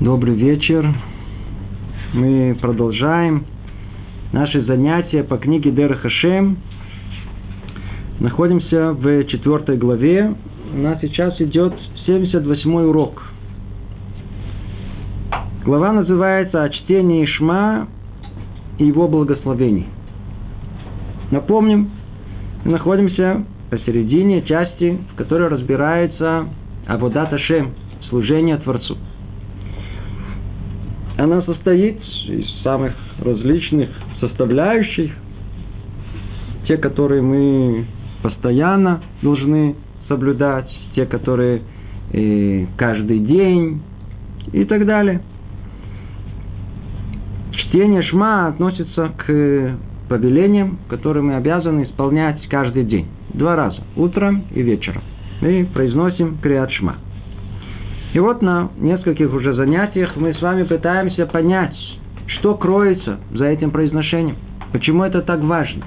Добрый вечер. Мы продолжаем наши занятия по книге Дерех Ашем. Находимся в 4 главе. У нас сейчас идет 78-й урок. Глава называется «О чтении Шма и его благословений». Напомним, мы находимся посередине части, в которой разбирается Аводат Ашем, служение Творцу. Она состоит из самых различных составляющих, те, которые мы постоянно должны соблюдать, те, которые каждый день и так далее. Чтение Шма относится к повелениям, которые мы обязаны исполнять каждый день. 2 раза, утром и вечером. Мы произносим Криат Шма. И вот на нескольких уже занятиях мы с вами пытаемся понять, что кроется за этим произношением, почему это так важно.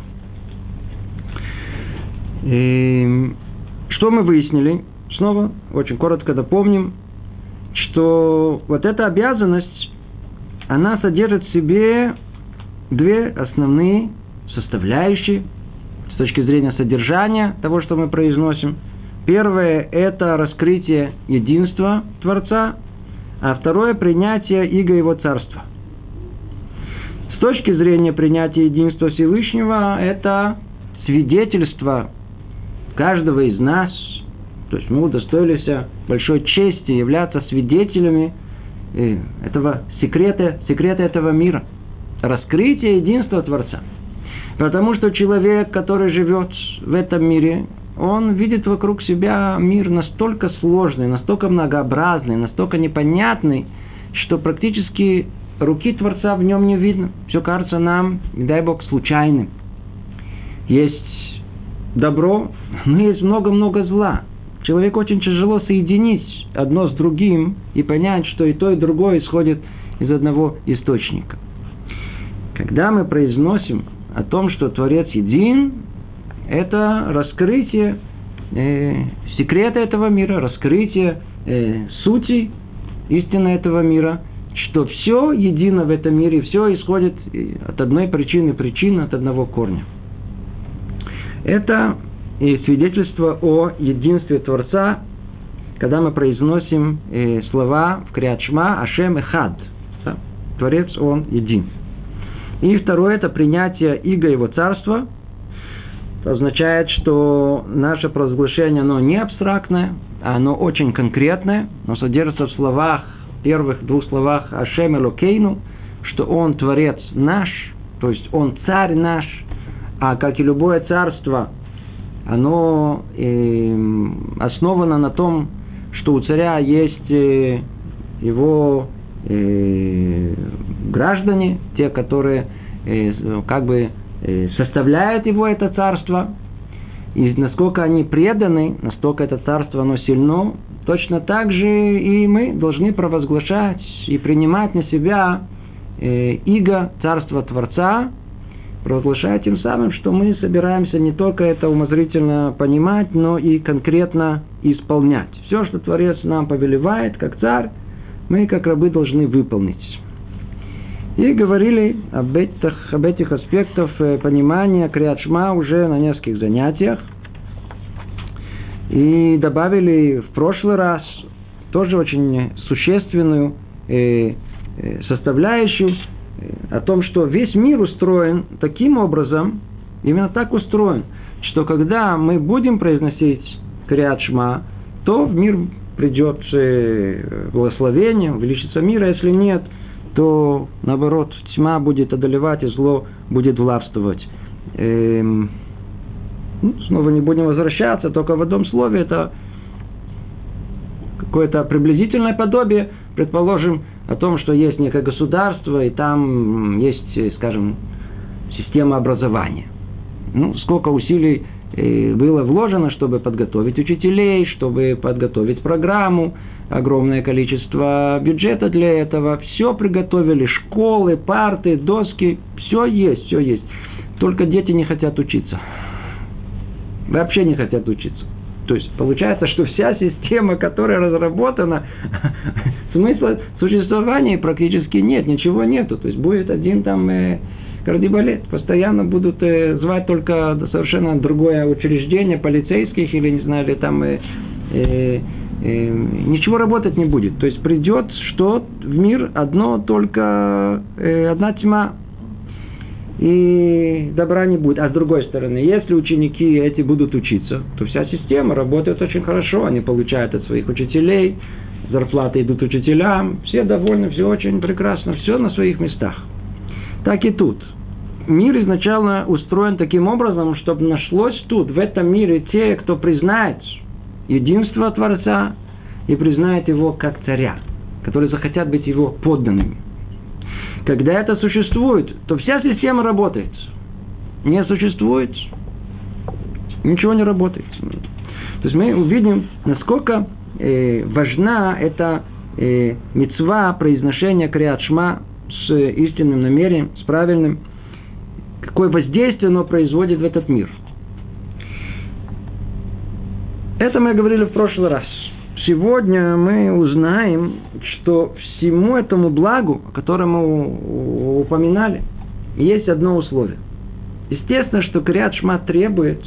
И что мы выяснили? Снова, очень коротко допомним, что вот эта обязанность, она содержит в себе 2 основные составляющие с точки зрения содержания того, что мы произносим. Первое – это раскрытие единства Творца, а второе – принятие Иго Его Царства. С точки зрения принятия единства Всевышнего – это свидетельство каждого из нас, то есть мы удостоились большой чести являться свидетелями этого секрета этого мира, раскрытие единства Творца. Потому что человек, который живет в этом мире, он видит вокруг себя мир настолько сложный, настолько многообразный, настолько непонятный, что практически руки Творца в нем не видно. Все кажется нам, дай Бог, случайным. Есть добро, но есть много-много зла. Человеку очень тяжело соединить одно с другим и понять, что и то, и другое исходит из одного источника. Когда мы произносим о том, что Творец един, это раскрытие секрета этого мира, раскрытие сути истины этого мира, что все едино в этом мире, все исходит от одной причины, от одного корня. Это и свидетельство о единстве Творца, когда мы произносим слова в Криат Шма «Ашем Эхад». Да? Творец, Он един. И второе – это принятие Иго Его Царства. Это означает, что наше провозглашение, оно не абстрактное, оно очень конкретное, но содержится в словах, первых 2 словах «Ашем Элокейну», что Он Творец наш, то есть Он Царь наш, а как и любое царство, оно основано на том, что у царя есть его граждане, те, которые составляют его это царство, и насколько они преданы, настолько это царство оно сильно, точно так же и мы должны провозглашать и принимать на себя иго царства Творца, провозглашая тем самым, что мы собираемся не только это умозрительно понимать, но и конкретно исполнять. Все, что Творец нам повелевает, как царь, мы, как рабы, должны выполнить. И говорили об этих аспектах понимания Криат Шма уже на нескольких занятиях. И добавили в прошлый раз тоже очень существенную составляющую о том, что весь мир устроен таким образом, именно так устроен, что когда мы будем произносить Криат Шма, то в мир придет благословение, увеличится мир, а если нет, то, наоборот, тьма будет одолевать, и зло будет властвовать. Снова не будем возвращаться, только в одном слове это какое-то приблизительное подобие, предположим, о том, что есть некое государство, и там есть, скажем, система образования. Сколько усилий было вложено, чтобы подготовить учителей, чтобы подготовить программу, огромное количество бюджета для этого. Все приготовили, школы, парты, доски, все есть. Только дети не хотят учиться. Вообще не хотят учиться. То есть, получается, что вся система, которая разработана, смысла существования практически нет, ничего нету. То есть, будет один там кардибалет. Постоянно будут звать только совершенно другое учреждение, полицейских или, не знаю, или там ничего работать не будет. То есть, придет что в мир одно только, одна тьма. И добра не будет. А с другой стороны, если ученики эти будут учиться, то вся система работает очень хорошо. Они получают от своих учителей, зарплаты идут учителям, все довольны, все очень прекрасно, все на своих местах. Так и тут. Мир изначально устроен таким образом, чтобы нашлось тут, в этом мире, те, кто признает единство Творца и признает его как царя, которые захотят быть его подданными. Когда это существует, то вся система работает. Не существует, ничего не работает. То есть мы увидим, насколько важна эта мицва произношения Криат Шма с истинным намерением, с правильным, какое воздействие оно производит в этот мир. Это мы говорили в прошлый раз. Сегодня мы узнаем, что всему этому благу, о котором мы упоминали, есть одно условие. Естественно, что Криат Шма требует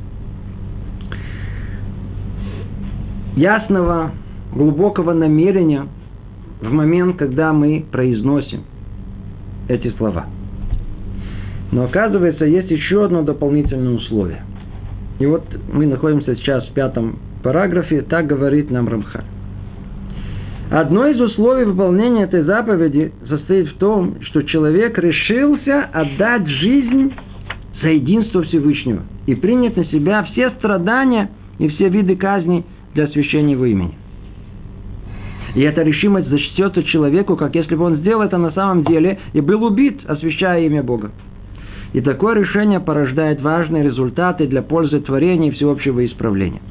ясного, глубокого намерения в момент, когда мы произносим эти слова. Но оказывается, есть еще одно дополнительное условие. И вот мы находимся сейчас в 5 параграфе, так говорит нам Рамхаль. Одно из условий выполнения этой заповеди состоит в том, что человек решился отдать жизнь за единство Всевышнего и принять на себя все страдания и все виды казней для освящения его имени. И эта решимость зачтется человеку, как если бы он сделал это на самом деле и был убит, освящая имя Бога. И такое решение порождает важные результаты для пользы творения и всеобщего исправления.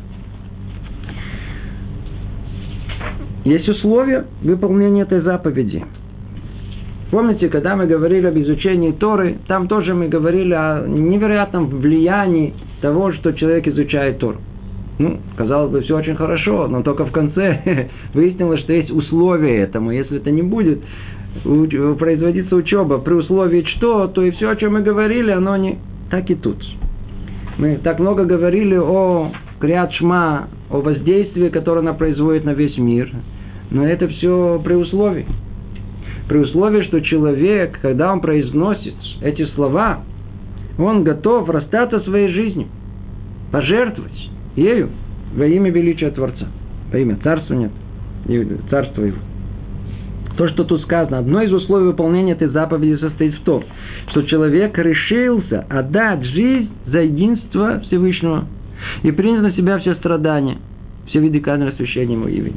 Есть условия выполнения этой заповеди. Помните, когда мы говорили об изучении Торы, там тоже мы говорили о невероятном влиянии того, что человек изучает Тору. Казалось бы, все очень хорошо, но только в конце выяснилось, что есть условия этому. Если это не будет производиться учеба при условии что, то и все, о чем мы говорили, оно не так и тут. Мы так много говорили о Криат Шма, о воздействии, которое она производит на весь мир. Но это все при условии. При условии, что человек, когда он произносит эти слова, он готов расстаться своей жизнью, пожертвовать ею во имя величия Творца, во имя царствования, царства его. То, что тут сказано, одно из условий выполнения этой заповеди состоит в том, что человек решился отдать жизнь за единство Всевышнего и принять на себя все страдания, все виды казни освящения его имени.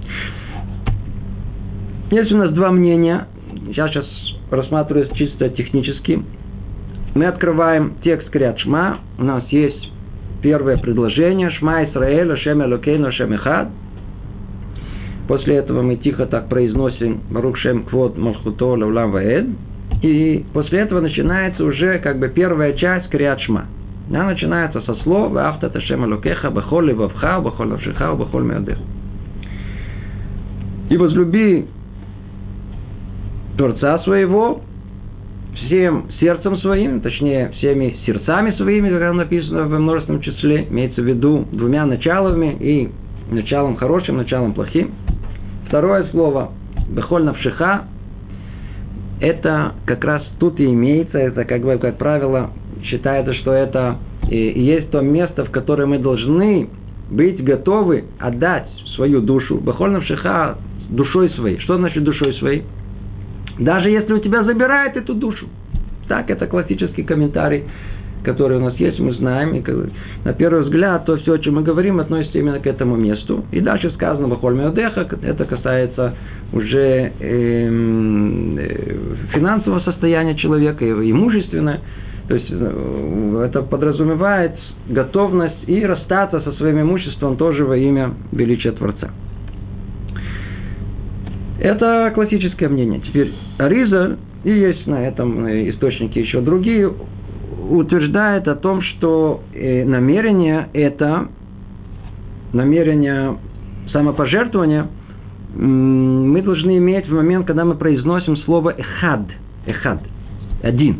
Есть у нас два мнения. Я сейчас рассматриваю чисто технически. Мы открываем текст Криат Шма. У нас есть первое предложение. Шма Исраэль, Ашем Элокейну, Ашем Эхад. После этого мы тихо так произносим Барух Шем Квод Малхуто Леулам Ваэд. И после этого начинается уже первая часть Криат Шма. Она начинается со слов «Ваахтат Ашем Элокеха бехоль левавха, бехоль навшеха, бехоль меодеха». И возлюби Творца своего всем сердцем своим, точнее, всеми сердцами своими, как написано в множественном числе, имеется в виду двумя началами, и началом хорошим, началом плохим. Второе слово «бехоль навшеха» это как раз тут и имеется, это как правило считается, что это и есть то место, в которое мы должны быть готовы отдать свою душу, бехоль навшеха, душой своей. Что значит душой своей? Даже если у тебя забирают эту душу. Так, это классический комментарий, который у нас есть, мы знаем. И на первый взгляд, то все, о чем мы говорим, относится именно к этому месту. И дальше сказано «Бахоль меодеха», это касается уже финансового состояния человека, его имущественное. То есть, это подразумевает готовность и расстаться со своим имуществом тоже во имя величия Творца. Это классическое мнение. Теперь Аризаль, и есть на этом источнике еще другие, утверждает о том, что намерение это намерение самопожертвования мы должны иметь в момент, когда мы произносим слово «эхад». «Эхад» – «один».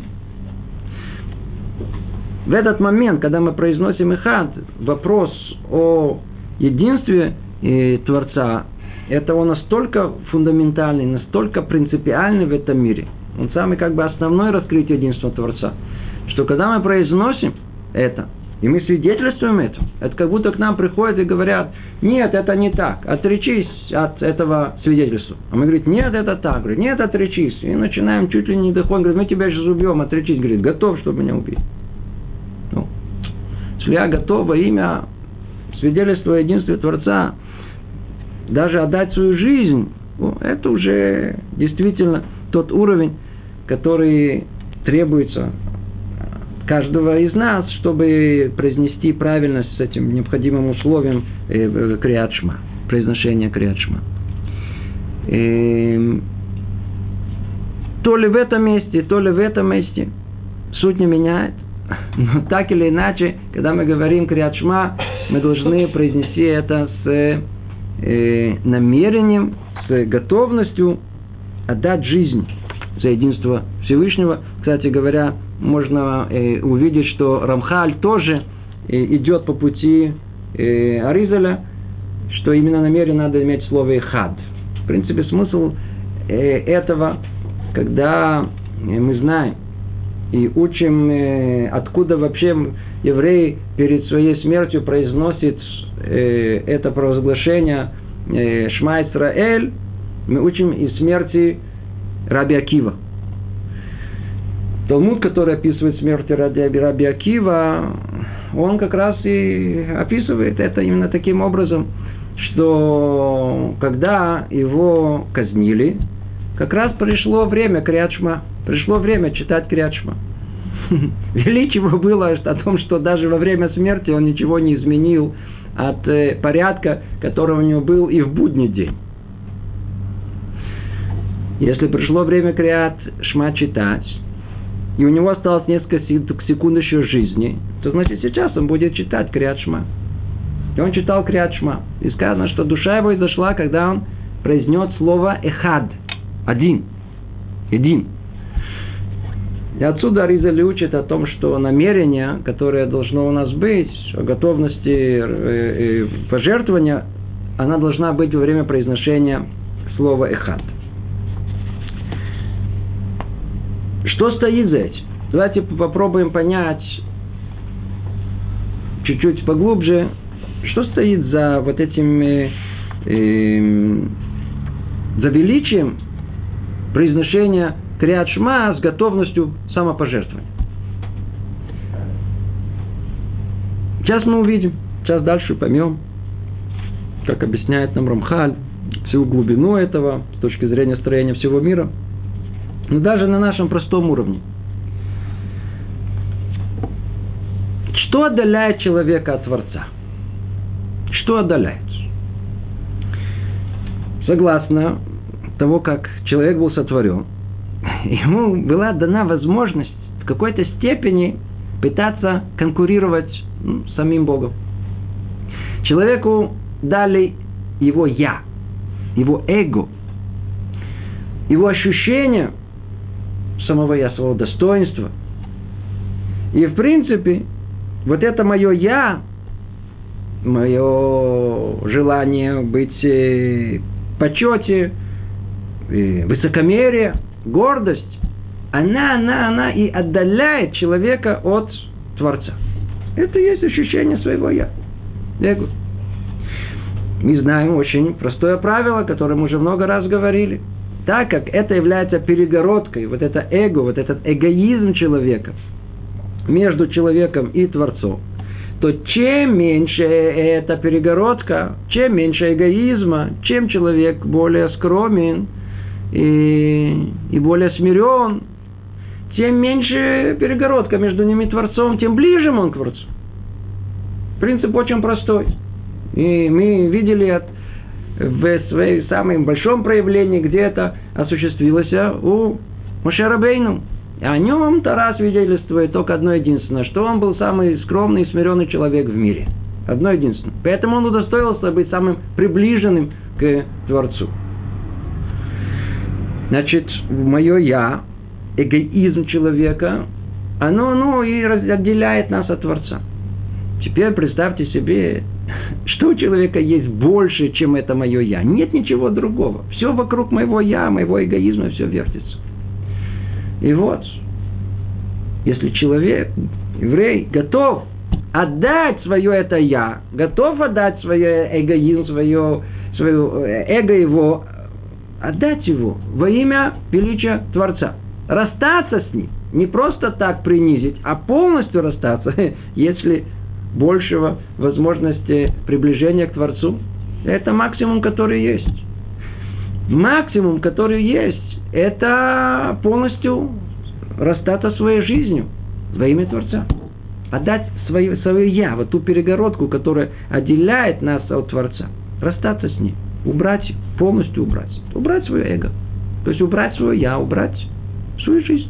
В этот момент, когда мы произносим «эхад», вопрос о единстве Творца, это он настолько фундаментальный, настолько принципиальный в этом мире. Он самый основной раскрытие единства Творца. Что когда мы произносим это, и мы свидетельствуем это как будто к нам приходят и говорят: нет, это не так, отречись от этого свидетельства. А мы говорим: нет, это так, говорит, нет, отречись. И начинаем чуть ли не доходить, говорит: мы тебя сейчас убьем, отречись, говорит, готов, чтобы меня убить. Если я готов во имя свидетельства о единстве Творца даже отдать свою жизнь, это уже действительно тот уровень, который требуется каждого из нас, чтобы произнести правильность с этим необходимым условием Криат Шма, произношения Криат Шма. То ли в этом месте, то ли в этом месте суть не меняет. Но так или иначе, когда мы говорим Криат Шма, мы должны произнести это с намерением, с готовностью отдать жизнь за единство Всевышнего. Кстати говоря, можно увидеть, что Рамхаль тоже идет по пути Аризаля, что именно намерение надо иметь в слове «эхад». В принципе, смысл этого, когда мы знаем и учим, откуда вообще еврей перед своей смертью произносит это провозглашение «Шма Исраэль», мы учим из смерти Раби Акива. Талмуд, который описывает смерть Раби Акива, он как раз и описывает это именно таким образом, что когда его казнили, как раз пришло время Криат Шма, пришло время читать Криат Шма. Величие его было о том, что даже во время смерти он ничего не изменил от порядка, который у него был и в будний день. Если пришло время Криат Шма читать, и у него осталось несколько секунд еще жизни, то значит сейчас он будет читать Криат Шма. И он читал Криат Шма. И сказано, что душа его изошла, когда он произнес слово «эхад» – «один», «един». И отсюда Аризаль учит о том, что намерение, которое должно у нас быть, о готовности пожертвования, она должна быть во время произношения слова «эхад». Что стоит за этим? Давайте попробуем понять чуть-чуть поглубже, что стоит за вот этим, за величием произношения Криат Шма с готовностью самопожертвования. Сейчас мы увидим, сейчас дальше поймем, как объясняет нам Рамхаль, всю глубину этого с точки зрения строения всего мира. Но даже на нашем простом уровне. Что отдаляет человека от Творца? Что отдаляет? Согласно того, как человек был сотворен, ему была дана возможность в какой-то степени пытаться конкурировать с самим Богом. Человеку дали его «я», его эго, его ощущение самого «я», своего достоинства. И, в принципе, вот это мое «я», мое желание быть в почете, высокомерие, гордость, она и отдаляет человека от Творца. Это и есть ощущение своего «я». Эго. Мы знаем очень простое правило, о котором мы уже много раз говорили. Так как это является перегородкой, вот это эго, вот этот эгоизм человека между человеком и Творцом, то чем меньше эта перегородка, чем меньше эгоизма, чем человек более скромен и более смирен, тем меньше перегородка между ними и Творцом, тем ближе он к Творцу. Принцип очень простой. И мы видели в своем самом большом проявлении, где это осуществилось у Моше Рабейну. И о нем Тора свидетельствует только одно единственное, что он был самый скромный и смиренный человек в мире. Одно единственное. Поэтому он удостоился быть самым приближенным к Творцу. Значит, мое «я», эгоизм человека, оно и отделяет нас от Творца. Теперь представьте себе, что у человека есть больше, чем это мое «я». Нет ничего другого. Все вокруг моего «я», моего эгоизма, все вертится. И вот, если человек, еврей, готов отдать свое это «я», готов отдать свое эгоизм, свое эго его, отдать его во имя величия Творца. Расстаться с ним. Не просто так принизить, а полностью расстаться, если большего возможности приближения к Творцу. Это максимум, который есть. Максимум, который есть, это полностью расстаться своей жизнью во имя Творца. Отдать свое «я», вот ту перегородку, которая отделяет нас от Творца. Расстаться с ней. Убрать, полностью убрать. Убрать свое эго. То есть убрать свое «я», убрать свою жизнь.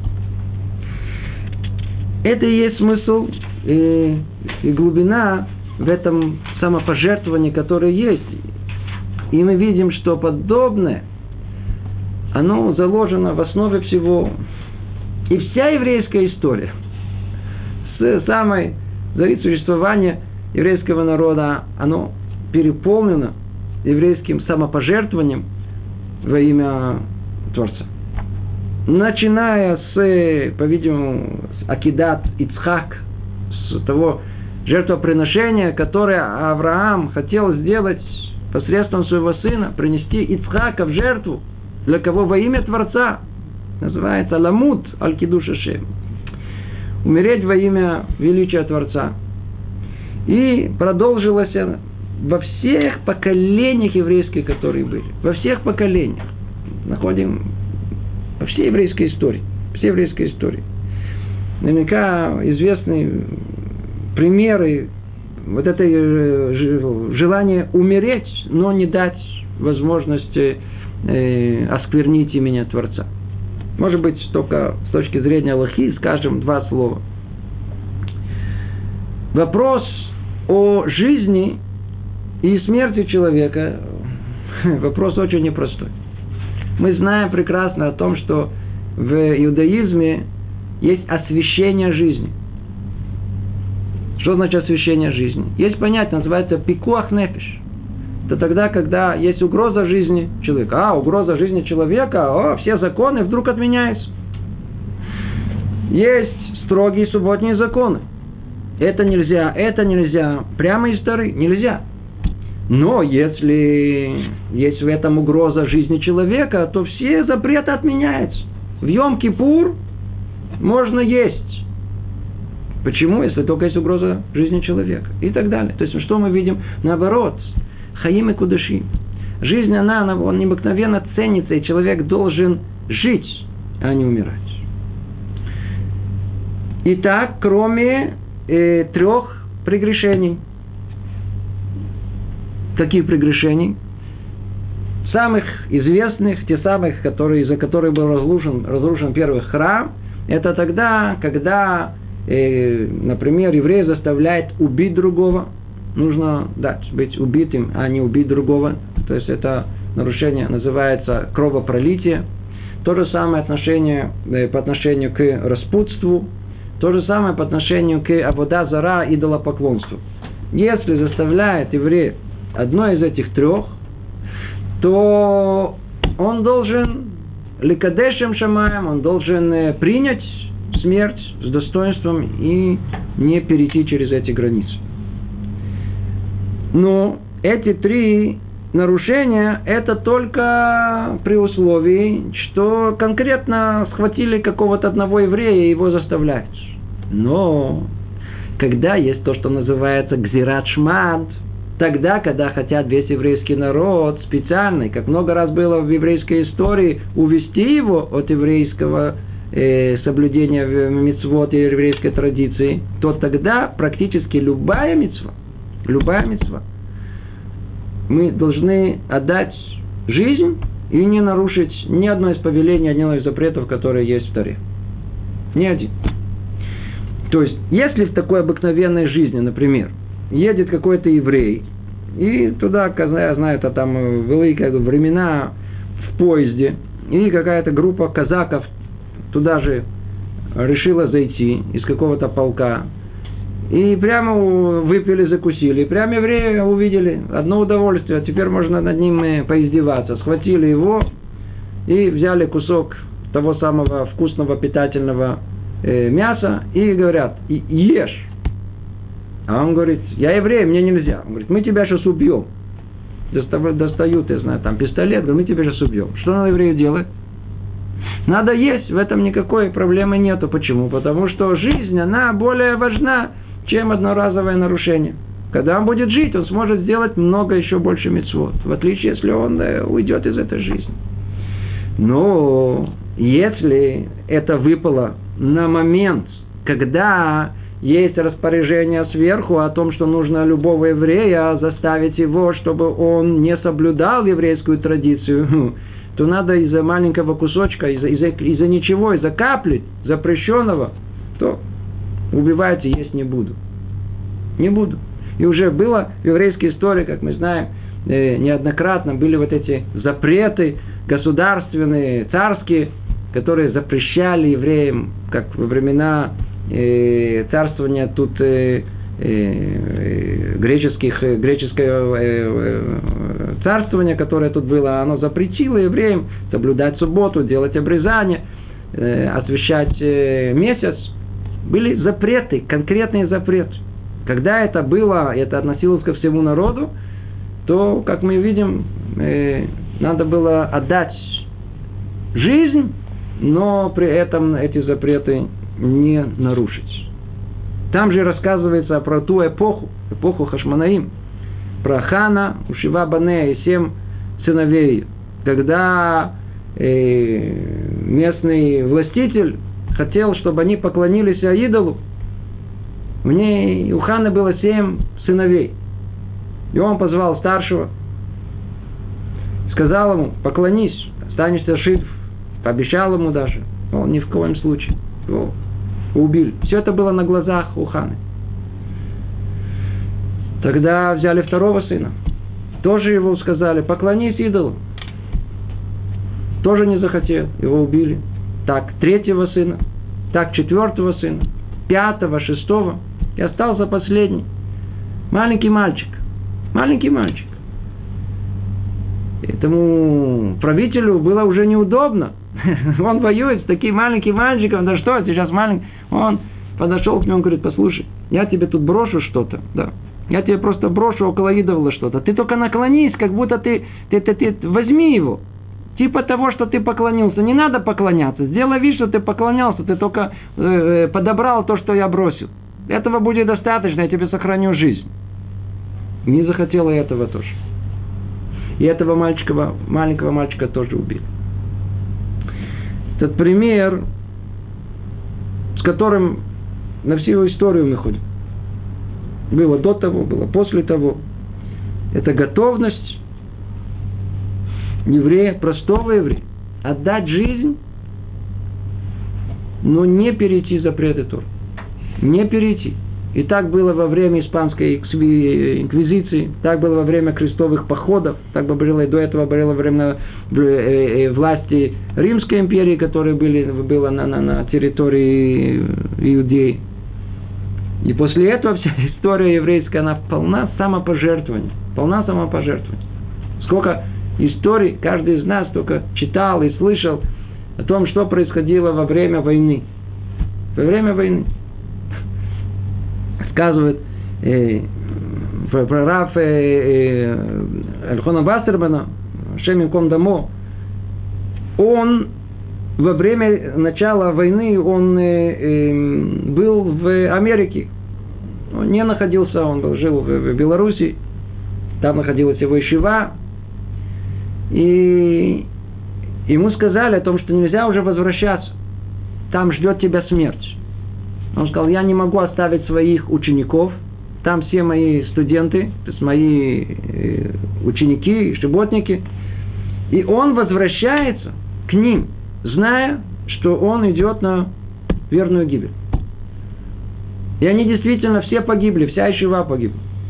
Это и есть смысл и глубина в этом самопожертвовании, которое есть. И мы видим, что подобное, оно заложено в основе всего. И вся еврейская история, с самой зари существования еврейского народа, оно переполнено еврейским самопожертвованием во имя Творца. Начиная с, по-видимому, с Акидат Ицхак, с того жертвоприношения, которое Авраам хотел сделать посредством своего сына, принести Ицхака в жертву. Для кого? Во имя Творца. Называется Ламут Аль-Кидуш Ашем. Умереть во имя величия Творца. И продолжилось во всех поколениях еврейских, которые были. Во всех поколениях. Находим во всей еврейской истории. Всей еврейской истории. Наверняка известны примеры вот это желание умереть, но не дать возможности осквернить имя Творца. Может быть, только с точки зрения алахи скажем два слова. Вопрос о жизни и смерти человека вопрос очень непростой. Мы знаем прекрасно о том, что в иудаизме есть освящение жизни. Что значит освящение жизни? Есть понятие, называется пикуах нефиш. Это тогда, когда есть угроза жизни человека. Угроза жизни человека, все законы вдруг отменяются. Есть строгие субботние законы. Это нельзя. Прямо из Торы нельзя. Но если есть в этом угроза жизни человека, то все запреты отменяются. В Йом-Кипур можно есть. Почему? Если только есть угроза жизни человека. И так далее. То есть, что мы видим? Наоборот. Хаим и кудашим. Жизнь, она необыкновенно ценится, и человек должен жить, а не умирать. Итак, кроме 3 прегрешений. Каких прегрешений? Самых известных, те самых, за которые был разрушен первый храм, это тогда, когда, например, еврей заставляет убить другого. Нужно быть убитым, а не убить другого. То есть это нарушение называется кровопролитие. То же самое отношение по отношению к распутству. То же самое по отношению к авода зара, идолопоклонству. Если заставляет еврей одно из этих 3, то он должен ликадешем шамаем, он должен принять смерть с достоинством и не перейти через эти границы. Но эти 3 нарушения, это только при условии, что конкретно схватили какого-то одного еврея и его заставляют. Но когда есть то, что называется гзират шмад, тогда, когда хотят весь еврейский народ специально, как много раз было в еврейской истории, увести его от еврейского соблюдения мицвот и еврейской традиции, то тогда практически любая мицва, мы должны отдать жизнь и не нарушить ни одно из повелений, ни одно из запретов, которые есть в Торе. Ни один. То есть, если в такой обыкновенной жизни, например, едет какой-то еврей, и туда, я знаю, это там были времена в поезде, и какая-то группа казаков туда же решила зайти из какого-то полка. И прямо выпили, закусили. И прямо евреи увидели одно удовольствие. Теперь можно над ним поиздеваться. Схватили его и взяли кусок того самого вкусного питательного мяса и говорят: ешь. А он говорит: я еврей, мне нельзя. Он говорит: мы тебя сейчас убьем. Достают, я знаю, там пистолет, говорят: мы тебя сейчас убьем. Что надо еврею делать? Надо есть, в этом никакой проблемы нету. Почему? Потому что жизнь, она более важна, чем одноразовое нарушение. Когда он будет жить, он сможет сделать много еще больше мицвот. В отличие, если он уйдет из этой жизни. Но если это выпало на момент, когда есть распоряжение сверху о том, что нужно любого еврея заставить его, чтобы он не соблюдал еврейскую традицию, то надо из-за маленького кусочка, из-за ничего, из-за капли запрещенного, то убивайте, есть не буду. Не буду. И уже было в еврейской истории, как мы знаем, неоднократно были вот эти запреты государственные, царские, которые запрещали евреям, как во времена царствования тут греческое царствование, которое тут было, оно запретило евреям соблюдать субботу, делать обрезание, освящать месяц. Были запреты, конкретные запреты. Когда это было, это относилось ко всему народу, то, как мы видим, надо было отдать жизнь, но при этом эти запреты не нарушить. Там же рассказывается про ту эпоху Хашмонаим, про Хана, Ушива Банея и 7 сыновей, когда местный властитель хотел, чтобы они поклонились идолу. У Ханы было 7 сыновей. И он позвал старшего, сказал ему: поклонись, останешься жив. Пообещал ему даже. Он ни в коем случае. Его убили. Все это было на глазах у Ханы. Тогда взяли второго сына. Тоже его сказали: поклонись идолу. Тоже не захотел. Его убили. Так, третьего сына. Так, четвертого сына. Пятого, шестого. И остался последний. Маленький мальчик. Маленький мальчик. Этому правителю было уже неудобно. Он воюет с таким маленьким мальчиком. Да что, сейчас маленький. Он подошел к нему и говорит: послушай, я тебе тут брошу что-то. Да. Я тебе просто брошу около идола что-то. Ты только наклонись, как будто ты возьми его. Типа того, что ты поклонился. Не надо поклоняться. Сделай вид, что ты поклонялся. Ты только подобрал то, что я бросил. Этого будет достаточно, я тебе сохраню жизнь. Не захотела этого тоже. И этого маленького мальчика тоже убили. Этот пример, с которым на всю историю мы ходим. Было до того, было после того. Это готовность еврея, простого еврея, отдать жизнь, но не перейти запреты Торы. Не перейти. И так было во время испанской инквизиции, так было во время крестовых походов, так было и до этого было во время власти Римской империи, которая была на территории Иудеи. И после этого вся история еврейская, она полна самопожертвований. Полна самопожертвований. Сколько историй каждый из нас только читал и слышал о том, что происходило во время войны. Во время войны. Сказывает про Раф Эльхона Вассермана, Шем Ком Дамо, он во время начала войны, он был в Америке. Он не находился, он жил в Беларуси, там находилась его ешива, и ему сказали о том, что нельзя уже возвращаться, там ждет тебя смерть. Он сказал: я не могу оставить своих учеников, там все мои студенты, то есть мои ученики, шиботники. И он возвращается к ним, зная, что он идет на верную гибель. И они действительно все погибли, вся ешива погибла.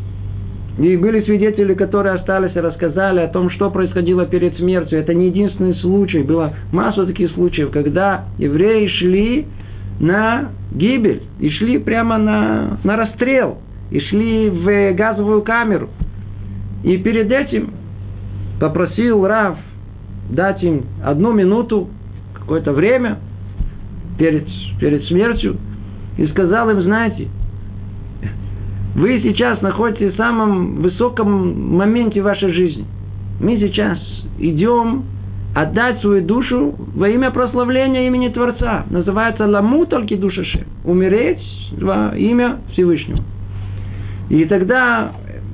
И были свидетели, которые остались и рассказали о том, что происходило перед смертью. Это не единственный случай. Было массу таких случаев, когда евреи шли на гибель. И шли прямо на расстрел. И шли в газовую камеру. И перед этим попросил Рав дать им 1 минуту, какое-то время перед смертью. И сказал им, знаете, вы сейчас находитесь в самом высоком моменте вашей жизни. Мы сейчас идем отдать свою душу во имя прославления имени Творца. Называется «Ламут аль-кидуш Ашем». Умереть во имя Всевышнего. И тогда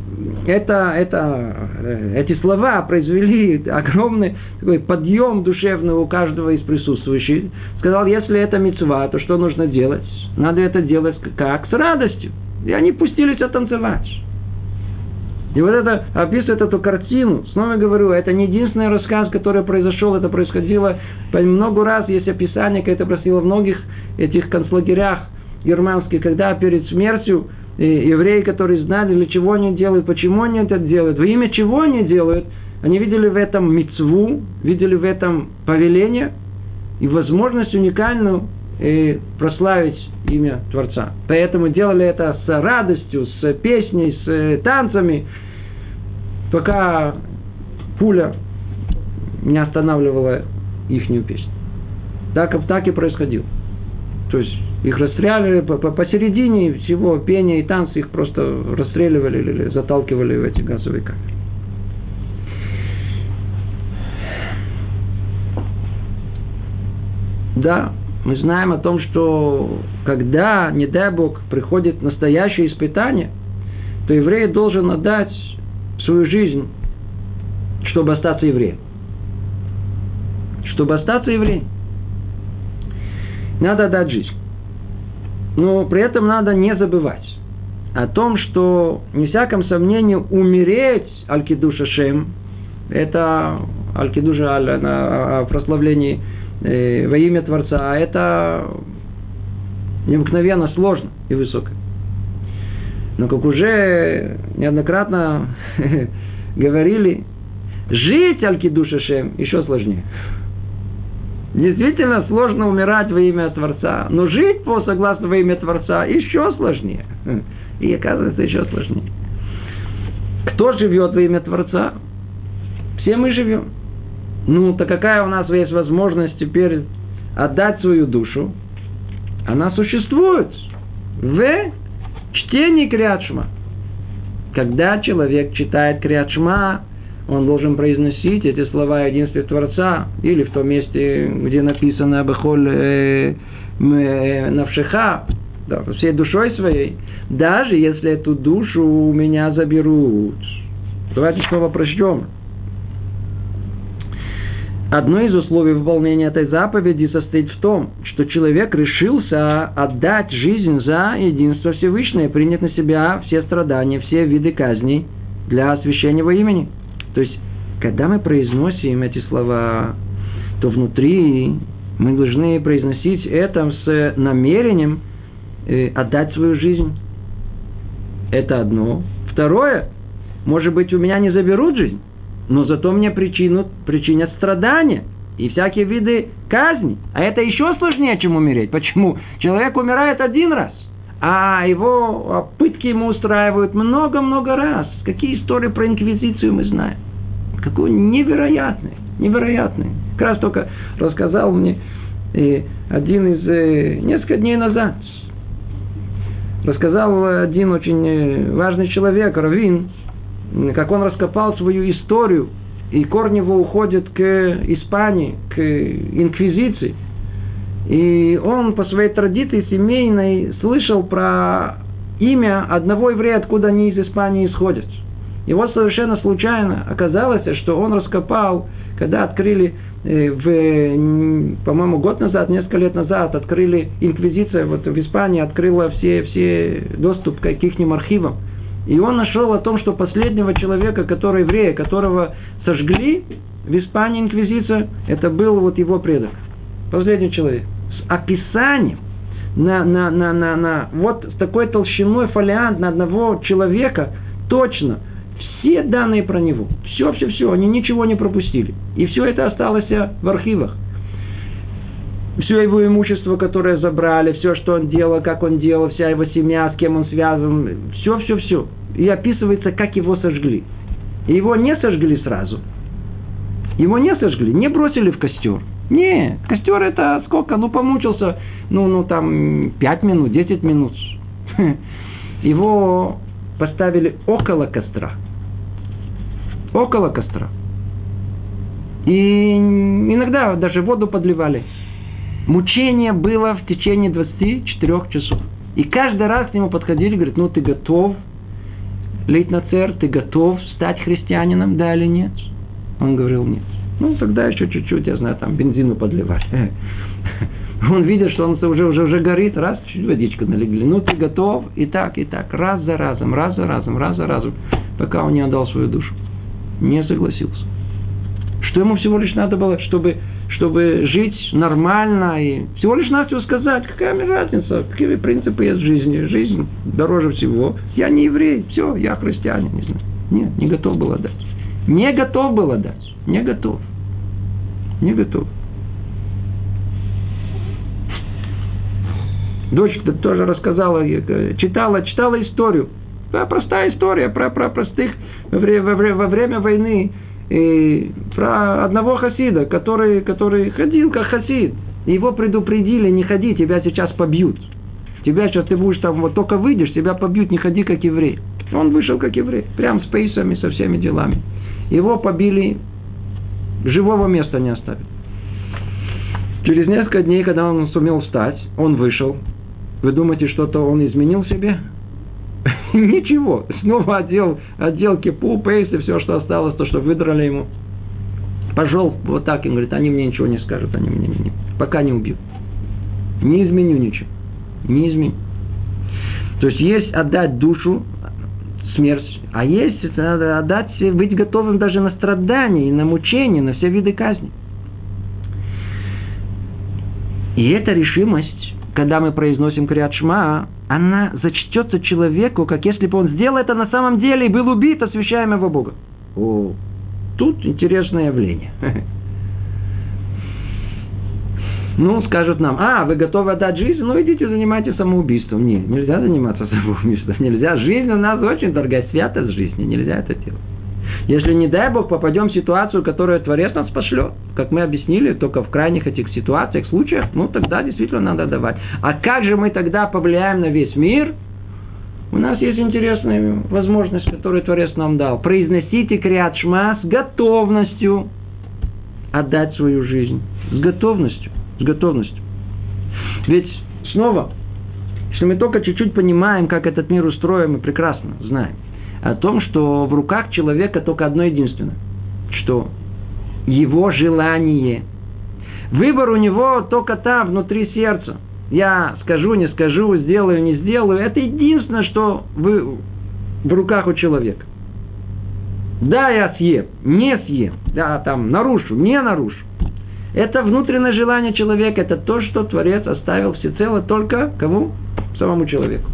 эти слова произвели огромный такой подъем душевный у каждого из присутствующих. Сказал, если это мицва, то что нужно делать? Надо это делать как? С радостью. И они пустились танцевать. И вот это описывает эту картину. Снова говорю, это не единственный рассказ, который произошел. Это происходило много раз. Есть описание, как это происходило в многих этих концлагерях германских, когда перед смертью евреи, которые знали, для чего они делают, почему они это делают, во имя чего они делают, они видели в этом мицву, видели в этом повеление и возможность уникальную прославить имя Творца. Поэтому делали это с радостью, с песней, с танцами, пока пуля не останавливала ихнюю песню. Так и происходило. То есть их расстреляли посередине всего пения и танца, их просто расстреливали или заталкивали в эти газовые камеры. Да, мы знаем о том, что когда, не дай Бог, приходит настоящее испытание, то еврей должен отдать свою жизнь, чтобы остаться евреем. Чтобы остаться евреем, надо отдать жизнь. Но при этом надо не забывать о том, что, не всяком сомнении, умереть аль-кидуш Ашем, это аль-кидуш на прославлении во имя Творца, это необыкновенно сложно и высоко. Но, как уже неоднократно говорили, жить аль-кидуш Ашем еще сложнее. Действительно сложно умирать во имя Творца, но жить согласно во имя Творца еще сложнее. И оказывается, еще сложнее. Кто живет во имя Творца? Все мы живем. Ну, так какая у нас есть возможность теперь отдать свою душу? Она существует в чтении Криат Шма. Когда человек читает Криат Шма, он должен произносить эти слова о единстве Творца, или в том месте, где написано «Бехоль навшеха», да, всей душой своей, даже если эту душу у меня заберут. Давайте снова прочтем. Одно из условий выполнения этой заповеди состоит в том, что человек решился отдать жизнь за единство Всевышнего, принять на себя все страдания, все виды казней для освящения его имени. То есть, когда мы произносим эти слова, то внутри мы должны произносить это с намерением отдать свою жизнь. Это одно. Второе, может быть, у меня не заберут жизнь, но зато мне причинят страдания и всякие виды казни. А это еще сложнее, чем умереть. Почему? Человек умирает один раз, а его пытки ему устраивают много-много раз. Какие истории про инквизицию мы знаем? Какой невероятный. Как раз только рассказал мне один из несколько дней назад. Рассказал один очень важный человек, раввин, как он раскопал свою историю, и корни его уходят к Испании, к инквизиции. И он по своей традиции семейной слышал про имя одного еврея, откуда они из Испании исходят. И вот совершенно случайно оказалось, что он раскопал, когда открыли, по-моему, год назад, несколько лет назад, открыли инквизиция, вот в Испании открыла все доступ к их архивам. И он нашел о том, что последнего человека, который еврея, которого сожгли в Испании инквизиция, это был вот его предок. Последний человек. С описанием вот с такой толщиной фолиант на одного человека, точно, все данные про него. Все, они ничего не пропустили. И все это осталось в архивах. Все его имущество, которое забрали, все, что он делал, как он делал, вся его семья, с кем он связан, все. И описывается, как его сожгли. И его не сожгли сразу. Его не сожгли, не бросили в костер. Не, костер это сколько? Помучился, там 5 минут, 10 минут. Его поставили около костра. Около костра. И иногда даже воду подливали. Мучение было в течение 24 часов. И каждый раз к нему подходили и говорят, ты готов лить на церковь, ты готов стать христианином, да или нет? Он говорил, нет. Тогда еще чуть-чуть, я знаю, там бензину подливать. Он видит, что он уже горит, раз, чуть водичку налегли. Ты готов, и так, раз за разом, пока он не отдал свою душу. Не согласился. Что ему всего лишь надо было, чтобы жить нормально, и всего лишь навсего сказать, какая мне разница, какие принципы есть в жизни. Жизнь дороже всего. Я не еврей, все, я христианин, не знаю. Нет, не готов был отдать. Не готов. Дочь тоже рассказала, читала историю. Простая история про простых во время войны. И про одного хасида, который ходил как хасид. Его предупредили, не ходи, тебя сейчас побьют. Ты будешь там, только выйдешь, тебя побьют, не ходи как еврей. Он вышел как еврей, прям с пейсами, со всеми делами. Его побили, живого места не оставили. Через несколько дней, когда он сумел встать, он вышел. Вы думаете, что-то он изменил себе? Ничего. Снова одел кипу, пейс и все, что осталось, то, что выдрали ему. Пошел вот так и говорит, они мне ничего не скажут, они мне пока не убьют. Не изменю ничего. Не изменю. То есть отдать душу, смерть, а есть надо отдать, быть готовым даже на страдания, и на мучения, на все виды казни. И эта решимость, когда мы произносим Криат Шма, она зачтется человеку, как если бы он сделал это на самом деле и был убит освящаемого Бога. Тут интересное явление. Скажут нам, вы готовы отдать жизнь? Идите занимайтесь самоубийством. Нет, нельзя заниматься самоубийством. Нельзя. Жизнь у нас очень дорогая, святость жизни. Нельзя это делать. Если, не дай Бог, попадем в ситуацию, которую Творец нас пошлет, как мы объяснили, только в крайних этих ситуациях, случаях, тогда действительно надо давать. А как же мы тогда повлияем на весь мир? У нас есть интересная возможность, которую Творец нам дал. Произносите Криат Шма с готовностью отдать свою жизнь. С готовностью. Ведь снова, если мы только чуть-чуть понимаем, как этот мир устроен, мы прекрасно знаем о том, что в руках человека только одно единственное, что его желание. Выбор у него только там, внутри сердца. Я скажу, не скажу, сделаю, не сделаю. Это единственное, что в руках у человека. Да, я съем, не съем. Да, нарушу, не нарушу. Это внутреннее желание человека. Это то, что Творец оставил всецело только кому? Самому человеку.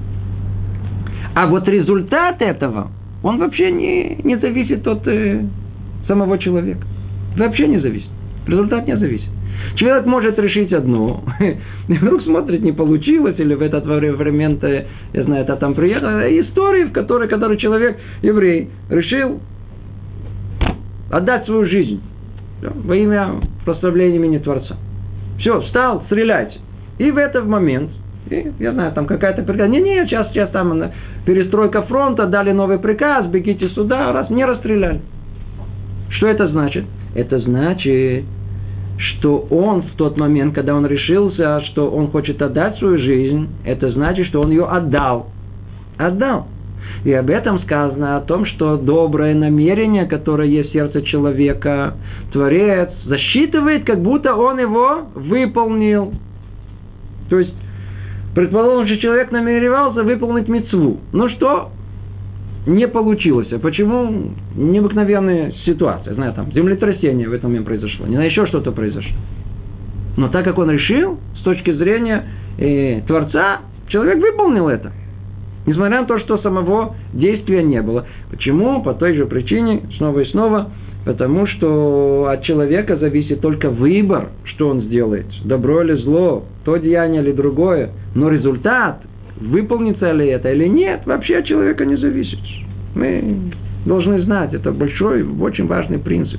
А вот результат этого, он вообще не зависит от самого человека. Вообще не зависит. Результат не зависит. Человек может решить одно, и вдруг смотрит, не получилось, или в этот момент, я знаю, это там приехала история, в которой человек, еврей, решил отдать свою жизнь во имя прославления имени Творца. Все, встал, стреляйте. И в этот момент, я знаю, там какая-то приказ, сейчас там перестройка фронта, дали новый приказ, бегите сюда, раз, не расстреляли. Что это значит? Это значит, что он в тот момент, когда он решился, что он хочет отдать свою жизнь, это значит, что он ее отдал. И об этом сказано, о том, что доброе намерение, которое есть в сердце человека, Творец засчитывает, как будто он его выполнил. То есть, предположим, что человек намеревался выполнить мицву. Что? Не получилось. А почему? Необыкновенная ситуация. Знаю, там землетрясение в этом момент произошло. Не знаю, еще что-то произошло. Но так как он решил, с точки зрения Творца, человек выполнил это. Несмотря на то, что самого действия не было. Почему? По той же причине, снова и снова, потому что от человека зависит только выбор, что он сделает. Добро или зло, то деяние или другое. Но результат, выполнится ли это или нет, вообще от человека не зависит. Мы должны знать, это большой, очень важный принцип.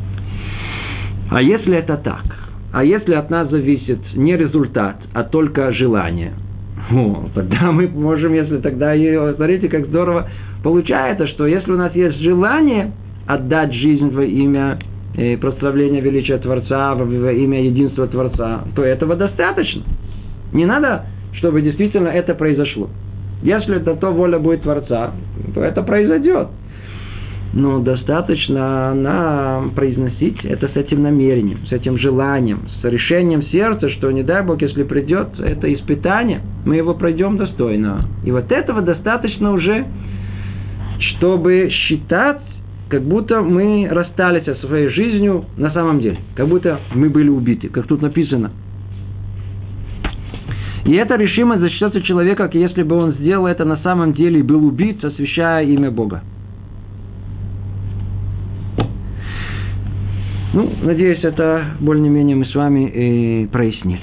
А если это так? А если от нас зависит не результат, а только желание? Тогда мы можем, если тогда, смотрите, как здорово получается, что если у нас есть желание отдать жизнь во имя прославления величия Творца, во имя единства Творца, то этого достаточно. Не надо, чтобы действительно это произошло. Если это то воля будет Творца, то это произойдет. Но достаточно нам произносить это с этим намерением, с этим желанием, с решением сердца, что, не дай Бог, если придет это испытание, мы его пройдем достойно. И вот этого достаточно уже, чтобы считать, как будто мы расстались со своей жизнью на самом деле, как будто мы были убиты, как тут написано. И эта решимость защищаться человека, как если бы он сделал это на самом деле и был убит, освящая имя Бога. Надеюсь, это более-менее мы с вами прояснили.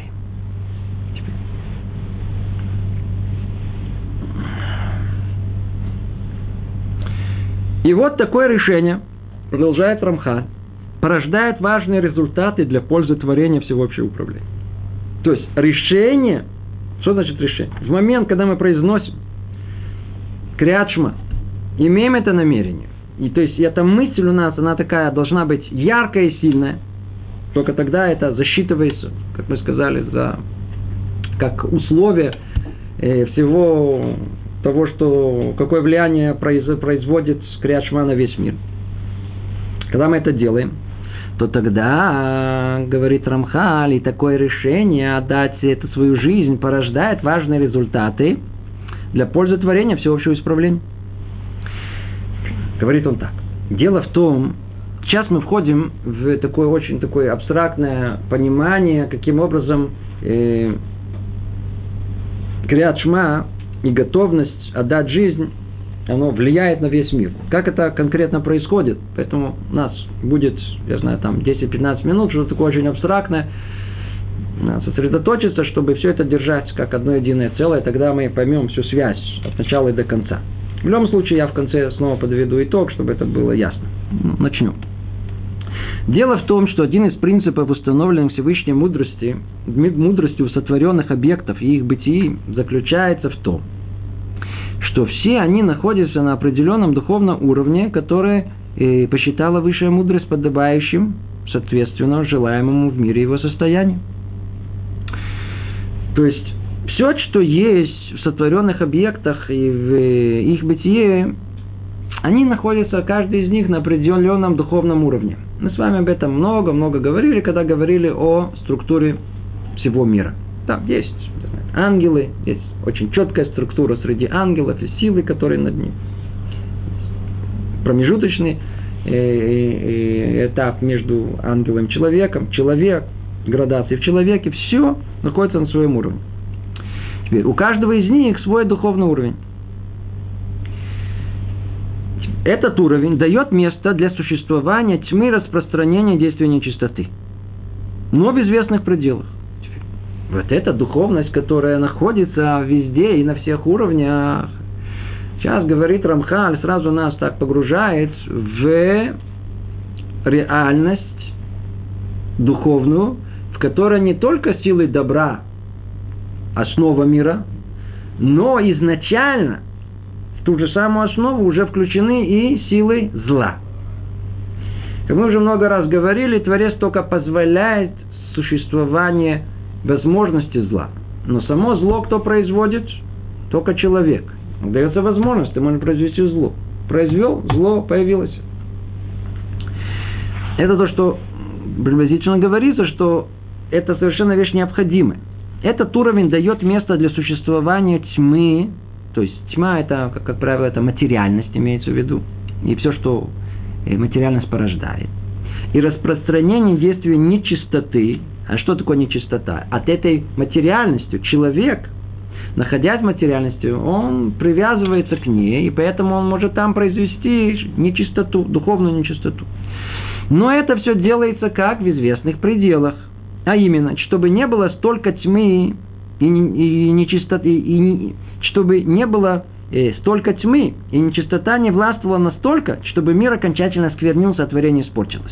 И вот такое решение, продолжает Рамхаль, порождает важные результаты для пользы творения всеобщего управления. То есть решение, что значит решение? В момент, когда мы произносим Криат Шма, имеем это намерение, и то есть эта мысль у нас, она такая должна быть яркая и сильная, только тогда это засчитывается, как мы сказали, как условие всего того, что какое влияние производит Криат Шма на весь мир. Когда мы это делаем, то тогда, говорит Рамхаль, и такое решение отдать эту свою жизнь порождает важные результаты для пользы творения всеобщего исправления. Говорит он так. Дело в том, сейчас мы входим в такое очень такое абстрактное понимание, каким образом Криат Шма и готовность отдать жизнь, оно влияет на весь мир. Как это конкретно происходит? Поэтому у нас будет, я знаю, там 10-15 минут, что-то такое очень абстрактное, сосредоточиться, чтобы все это держать как одно единое целое, тогда мы поймем всю связь от начала и до конца. В любом случае, я в конце снова подведу итог, чтобы это было ясно. Начнем. Дело в том, что один из принципов, установленных Всевышней мудростью сотворенных объектов и их бытии, заключается в том, что все они находятся на определенном духовном уровне, который посчитала высшая мудрость подобающим, соответственно, желаемому в мире его состоянию. То есть, все, что есть в сотворенных объектах и в их бытие, они находятся, каждый из них, на определенном духовном уровне. Мы с вами об этом много-много говорили, когда говорили о структуре всего мира. Там есть ангелы, есть очень четкая структура среди ангелов и силы, которые над ними. Промежуточный этап между ангелом и человеком, человек, градации в человеке, все находится на своем уровне. Теперь, у каждого из них свой духовный уровень. Этот уровень дает место для существования тьмы, распространения действия нечистоты, но в известных пределах. Вот эта духовность, которая находится везде и на всех уровнях, сейчас говорит Рамхаль, сразу нас так погружает в реальность духовную, в которой не только силы добра основа мира, но изначально в ту же самую основу уже включены и силы зла. Как мы уже много раз говорили, Творец только позволяет существование возможности зла. Но само зло кто производит? Только человек. Дается возможность, ты можешь произвести зло. Произвел, зло появилось. Это то, что приблизительно говорится, что это совершенно вещь необходимая. Этот уровень дает место для существования тьмы. То есть тьма, это, как правило, это материальность, имеется в виду. И все, что материальность порождает. И распространение действия нечистоты. А что такое нечистота? От этой материальности человек находясь в материальности, он привязывается к ней, и поэтому он может там произвести нечистоту, духовную нечистоту. Но это все делается как в известных пределах. А именно, чтобы не было столько тьмы и нечистоты, чтобы не было столько тьмы, и нечистота не властвовала настолько, чтобы мир окончательно сквернился, а творение испортилось.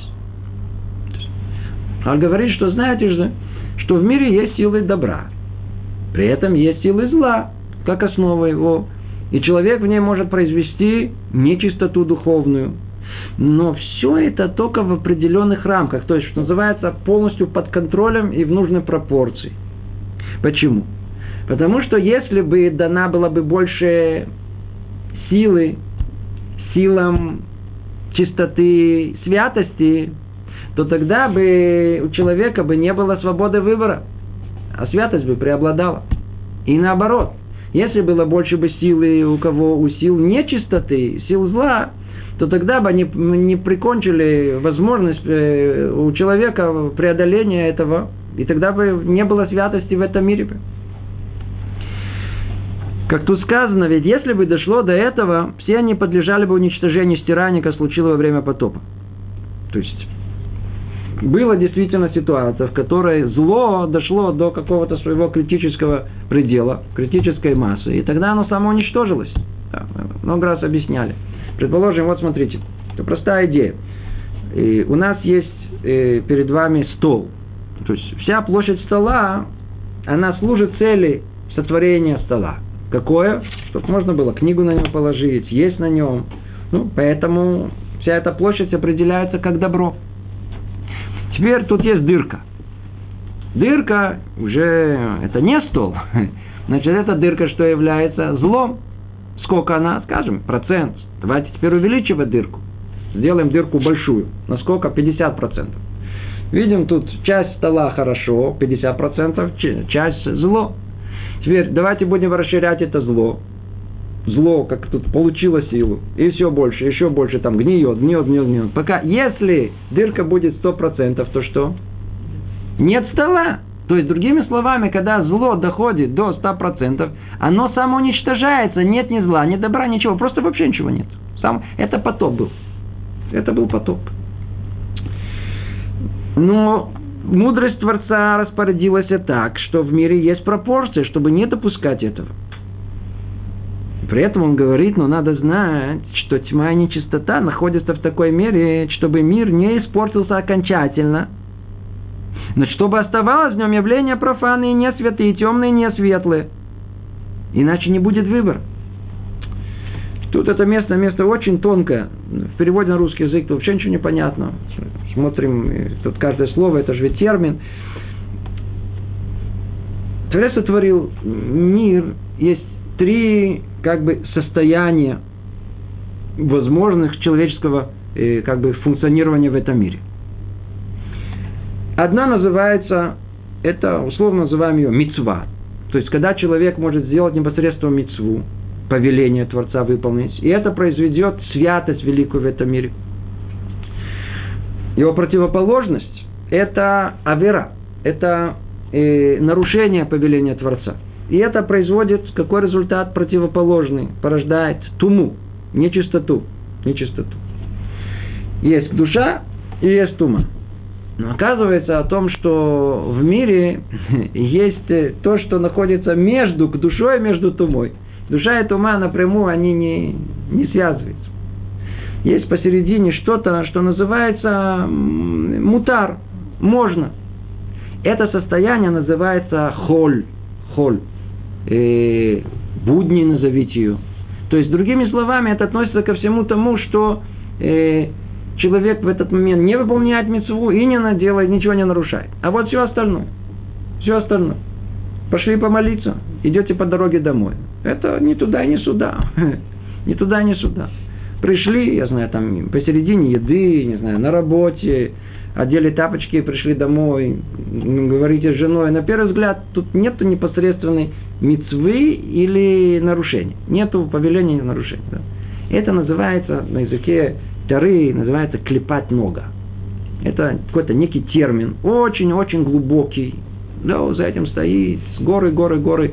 Он говорит, что знаете же, что в мире есть силы добра, при этом есть силы зла, как основа его, и человек в ней может произвести нечистоту духовную. Но все это только в определенных рамках, то есть, что называется, полностью под контролем и в нужной пропорции. Почему? Потому что если бы дана была бы больше силам чистоты, святости, то тогда бы у человека бы не было свободы выбора, а святость бы преобладала. И наоборот, если было больше бы силы у сил нечистоты, сил зла, то тогда бы они не прикончили возможность у человека преодоления этого, и тогда бы не было святости в этом мире. Как тут сказано, ведь если бы дошло до этого, все они подлежали бы уничтожению, стиранию, как случилось во время потопа. То есть, была действительно ситуация, в которой зло дошло до какого-то своего критического предела, критической массы, и тогда оно само уничтожилось. Да, много раз объясняли. Предположим, вот смотрите, это простая идея. И у нас есть перед вами стол. То есть, вся площадь стола, она служит цели сотворения стола. Какое? Чтобы можно было книгу на нем положить, есть на нем. Поэтому вся эта площадь определяется как добро. Теперь тут есть дырка. Дырка уже это не стол. Значит, эта дырка что является? Злом. Сколько она? Скажем, процент. Давайте теперь увеличивать дырку. Сделаем дырку большую. На сколько? 50%. Видим, тут часть стола хорошо, 50%, часть зло. Теперь давайте будем расширять это зло. Зло, как тут получило силу. И все больше, еще больше там гниет. Пока, если дырка будет 100%, то что? Нет стола. То есть, другими словами, когда зло доходит до 100%, оно самоуничтожается. Нет ни зла, ни добра, ничего. Просто вообще ничего нет. Это потоп был. Это был потоп. Но мудрость Творца распорядилась так, что в мире есть пропорции, чтобы не допускать этого. При этом он говорит, но надо знать, что тьма и нечистота находятся в такой мере, чтобы мир не испортился окончательно, но чтобы оставалось в нем явления профанные, не святые, темные, не светлые. Иначе не будет выбора. Тут это место очень тонкое. В переводе на русский язык вообще ничего не понятно. Смотрим, тут каждое слово, это же ведь термин. Творец сотворил мир, есть 3 состояния возможных человеческого функционирования в этом мире. Одна называется, это условно называем ее мицва. То есть, когда человек может сделать непосредственно мицву, повеление Творца выполнить, и это произведет святость великую в этом мире. Его противоположность – это авера, это нарушение повеления Творца. И это производит какой результат противоположный, порождает туму, нечистоту. Есть душа и есть тума. Но оказывается о том, что в мире есть то, что находится между душой и между тумой. Душа и тума напрямую они не связываются. Есть посередине что-то, что называется мутар, можно. Это состояние называется холь. Будни назовите ее. То есть, другими словами, это относится ко всему тому, что человек в этот момент не выполняет мицву и не делает, ничего не нарушает. А вот все остальное. Пошли помолиться, идете по дороге домой. Это ни туда, ни сюда. Ни туда, ни сюда. Пришли, я знаю, там посередине еды, не знаю, на работе, одели тапочки, пришли домой, говорите с женой. На первый взгляд, тут нету непосредственной мицвы или нарушения. Нету повеления или нарушения. Да? Это называется на языке Торы, называется клепать нога. Это какой-то некий термин, очень-очень глубокий. Да, за этим стоит горы.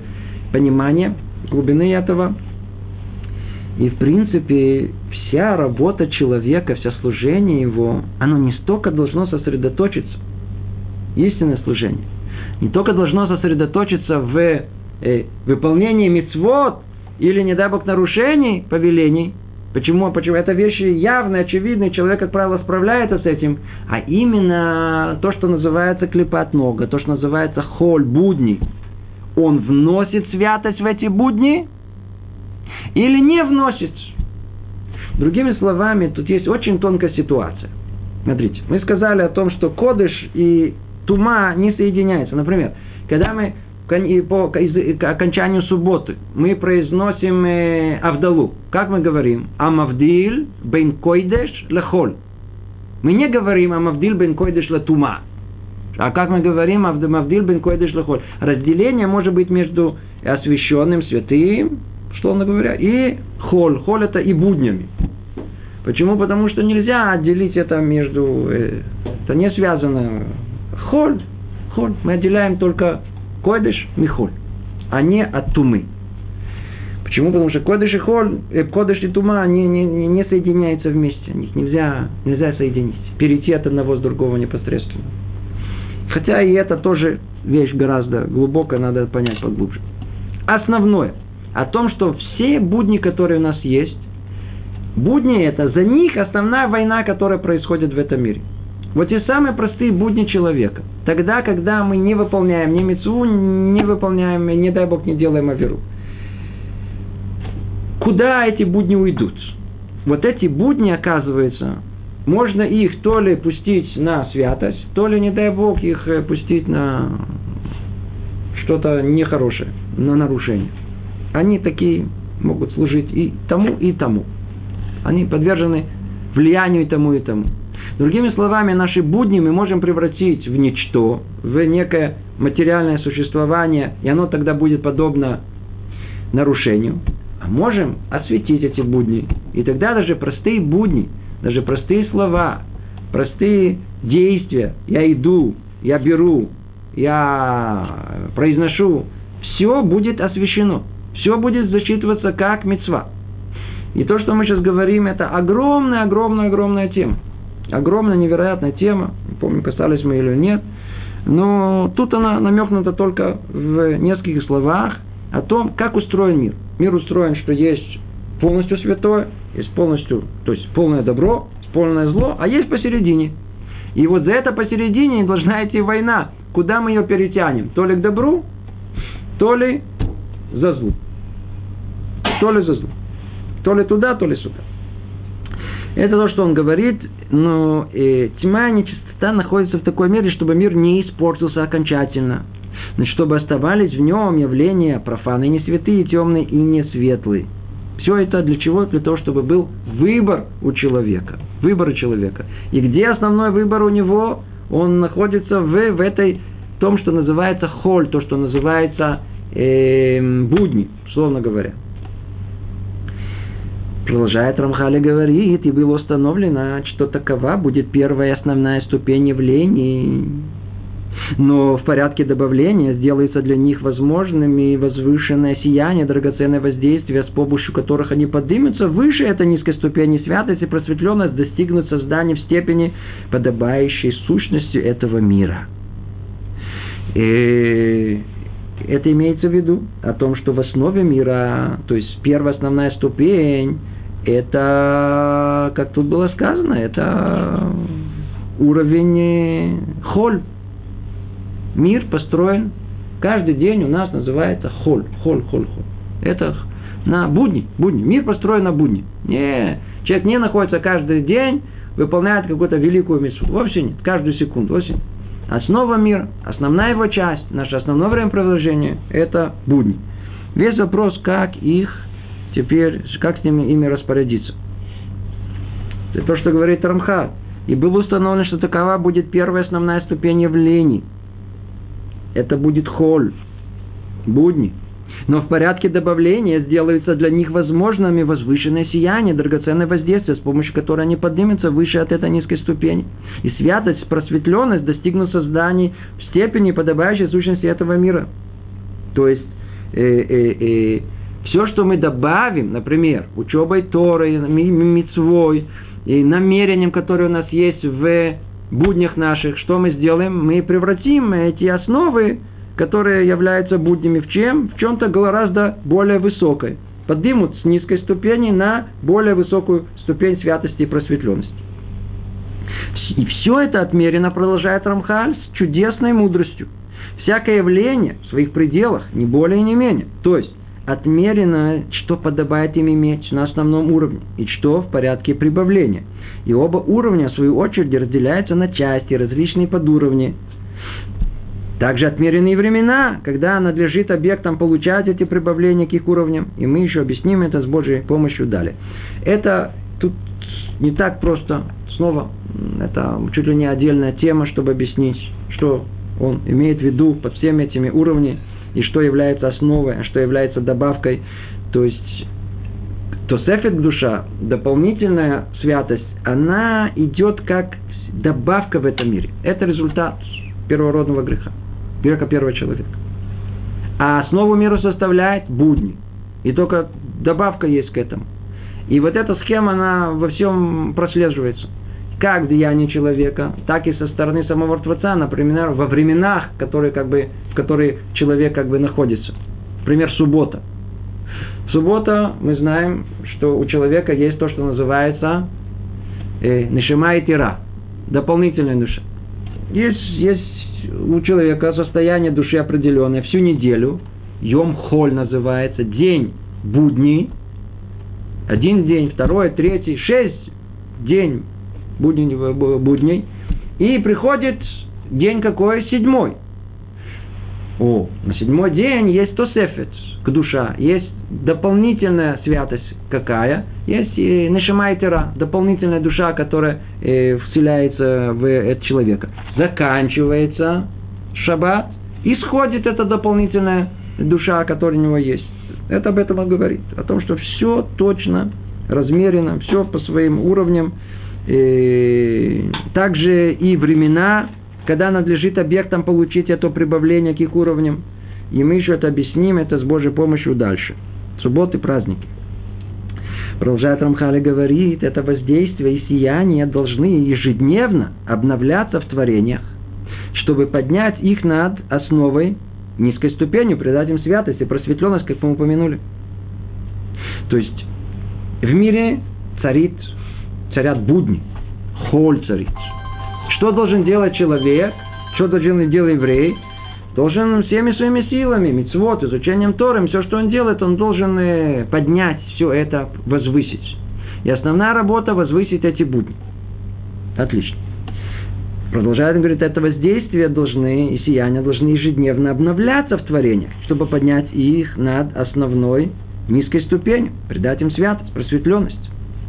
понимания глубины этого. И, в принципе, вся работа человека, вся служение его, оно не столько должно сосредоточиться, истинное служение, не только должно сосредоточиться в выполнении мицвот или, не дай Бог, нарушений повелений. Почему? Это вещи явные, очевидные, человек, как правило, справляется с этим, а именно то, что называется клипат нога, то, что называется холь, будни. Он вносит святость в эти будни или не вносит? Другими словами, тут есть очень тонкая ситуация. Смотрите, мы сказали о том, что кодыш и тума не соединяются. Например, когда мы по окончанию субботы мы произносим авдалу, как мы говорим? Амавдиль бен койдеш лехоль. Мы не говорим амавдиль бен койдеш летума. А как мы говорим амавдиль бен койдеш лехоль? Разделение может быть между освященным, святым, условно говоря, и холь. Холь это и буднями. Почему? Потому что нельзя отделить это между... Это не связано. Холь. Мы отделяем только койдыш и холь, а не от тумы. Почему? Потому что койдыш и холь, койдыш и тума, они не соединяются вместе. Их нельзя соединить. Перейти от одного с другого непосредственно. Хотя и это тоже вещь гораздо глубокая, надо понять поглубже. Основное. О том, что все будни, которые у нас есть, будни это, за них основная война, которая происходит в этом мире. Вот те самые простые будни человека. Тогда, когда мы не выполняем ни мицву, не выполняем, не дай Бог, не делаем авиру. Куда эти будни уйдут? Вот эти будни, оказывается, можно их то ли пустить на святость, то ли, не дай Бог, их пустить на что-то нехорошее, на нарушение. Они такие могут служить и тому, и тому. Они подвержены влиянию и тому, и тому. Другими словами, наши будни мы можем превратить в ничто, в некое материальное существование, и оно тогда будет подобно нарушению. А можем осветить эти будни. И тогда даже простые будни, даже простые слова, простые действия, я иду, я беру, я произношу, все будет освящено. Все будет зачитываться как мицва. И то, что мы сейчас говорим, это огромная тема. Огромная, невероятная тема. Не помню, касались мы или нет. Но тут она намекнута только в нескольких словах о том, как устроен мир. Мир устроен, что есть полностью святое, есть полностью, то есть полное добро, полное зло, а есть посередине. И вот за это посередине должна идти война. Куда мы ее перетянем? То ли к добру, то ли за злу. То ли за злу. То ли туда, то ли сюда. Это то, что он говорит, но тьма и нечистота находятся в такой мере, чтобы мир не испортился окончательно. Значит, чтобы оставались в нем явления профаны, не святые, темные и не светлые. Все это для чего? Для того, чтобы был выбор у человека. Выбор у человека. И где основной выбор у него? Он находится в том, что называется холь, то, что называется будни, условно говоря. Продолжает Рамхаль и говорит, и было установлено, что такова будет первая основная ступень явлений. Но в порядке добавления сделается для них возможными возвышенное сияние, драгоценное воздействие, с помощью которых они поднимутся выше этой низкой ступени святости, просветленность достигнут создания в степени, подобающей сущности этого мира. И это имеется в виду о том, что в основе мира, то есть первая основная ступень, это, как тут было сказано, это уровень холь. Мир построен, каждый день у нас называется холь. Это на будни. Мир построен на будни. Человек не находится каждый день, выполняет какую-то великую миссу. Вовсе нет, каждую секунду. Вовсе нет. Основа мира, основная его часть, наше основное времяпровождение – это будни. Весь вопрос, как их теперь, как с ими распорядиться. Это то, что говорит Рамхаль. И было установлено, что такова будет первая основная ступень явлений. Это будет холь, будни. Но в порядке добавления сделается для них возможными возвышенное сияние, драгоценное воздействие, с помощью которого они поднимутся выше от этой низкой ступени. И святость, просветленность достигнут созданий в степени, подобающей сущности этого мира. То есть, все, что мы добавим, например, учебой Торы, мицвой, и намерением, которое у нас есть в буднях наших, что мы сделаем? Мы превратим эти основы, которые являются буднями, в чем? В чем-то гораздо более высокой. Поднимут с низкой ступени на более высокую ступень святости и просветленности. И все это отмерено, продолжает Рамхаль, с чудесной мудростью. Всякое явление в своих пределах, не более и не менее. То есть, отмерено, что подобает им иметь на основном уровне, и что в порядке прибавления. И оба уровня, в свою очередь, разделяются на части, различные подуровни. Также отмеренные времена, когда надлежит объектам получать эти прибавления к их уровням. И мы еще объясним это с Божьей помощью далее. Это тут не так просто. Снова, это чуть ли не отдельная тема, чтобы объяснить, что он имеет в виду под всеми этими уровнями, и что является основой, а что является добавкой. То есть, тосефет душа, дополнительная святость, она идет как добавка в этом мире. Это результат первородного греха первого человека. А основу мира составляет будни. И только добавка есть к этому. И вот эта схема, она во всем прослеживается. Как в деянии человека, так и со стороны самого Творца, например, во временах, в которые человек находится. Например, суббота. Суббота, мы знаем, что у человека есть то, что называется нешама и тира, дополнительная душа. Есть у человека состояние души определенное всю неделю, йом холь называется, день будни, один день, второй, третий, 6 день будней, и приходит день какой? 7. На 7 день есть тосефет к душа, есть дополнительная святость какая? Есть нешама и тира, дополнительная душа, которая вселяется в этого человека. Заканчивается шаббат, и сходит эта дополнительная душа, которая у него есть. Это об этом он говорит. О том, что все точно размерено, все по своим уровням. Также и времена, когда надлежит объектам получить это прибавление к их уровням. И мы еще это объясним, это с Божьей помощью дальше. Субботы, праздники. Продолжает Рамхаль и говорит, это воздействие и сияние должны ежедневно обновляться в творениях, чтобы поднять их над основой низкой ступенью, придать им святость и просветленность, как мы упомянули. То есть, в мире царят будни, холь царит. Что должен делать человек, что должен делать еврей? Должен всеми своими силами, мицвот, изучением Торы, все, что он делает, он должен поднять все это, возвысить. И основная работа – возвысить эти будни. Отлично. Продолжает, говорит, это воздействие и сияния должны ежедневно обновляться в творениях, чтобы поднять их над основной низкой ступенью, придать им святость, просветленность.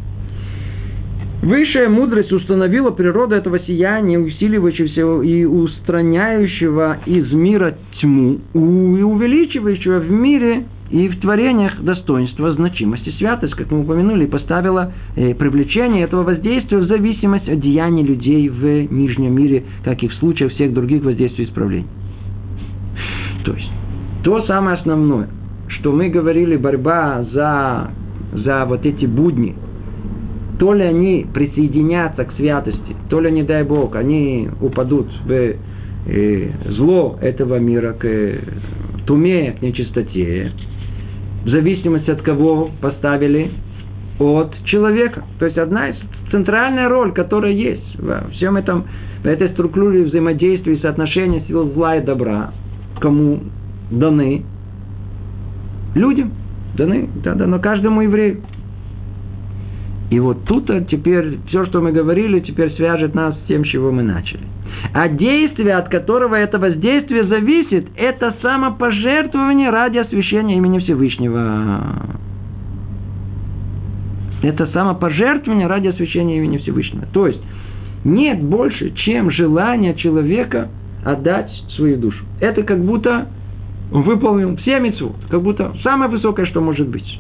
Высшая мудрость установила природу этого сияния, усиливающегося и устраняющего из мира тьму, и увеличивающего в мире и в творениях достоинства, значимости, святость, как мы упомянули, и поставила привлечение этого воздействия в зависимость от деяний людей в нижнем мире, как и в случае всех других воздействий и исправлений. То есть, то самое основное, что мы говорили, борьба за вот эти будни, то ли они присоединятся к святости, то ли, не дай Бог, они упадут в зло этого мира, к туме, к нечистоте, в зависимости от кого поставили, от человека. То есть, одна из центральная роль, которая есть во всем этом, в этой структуре взаимодействия и соотношения сил зла и добра, кому даны? Людям. Дано каждому еврею. И вот тут теперь все, что мы говорили, теперь свяжет нас с тем, с чего мы начали. А действие, от которого это воздействие зависит, это самопожертвование ради освящения имени Всевышнего. Это самопожертвование ради освящения имени Всевышнего. То есть, нет больше, чем желание человека отдать свою душу. Это как будто он выполнил все мицвот, как будто самое высокое, что может быть.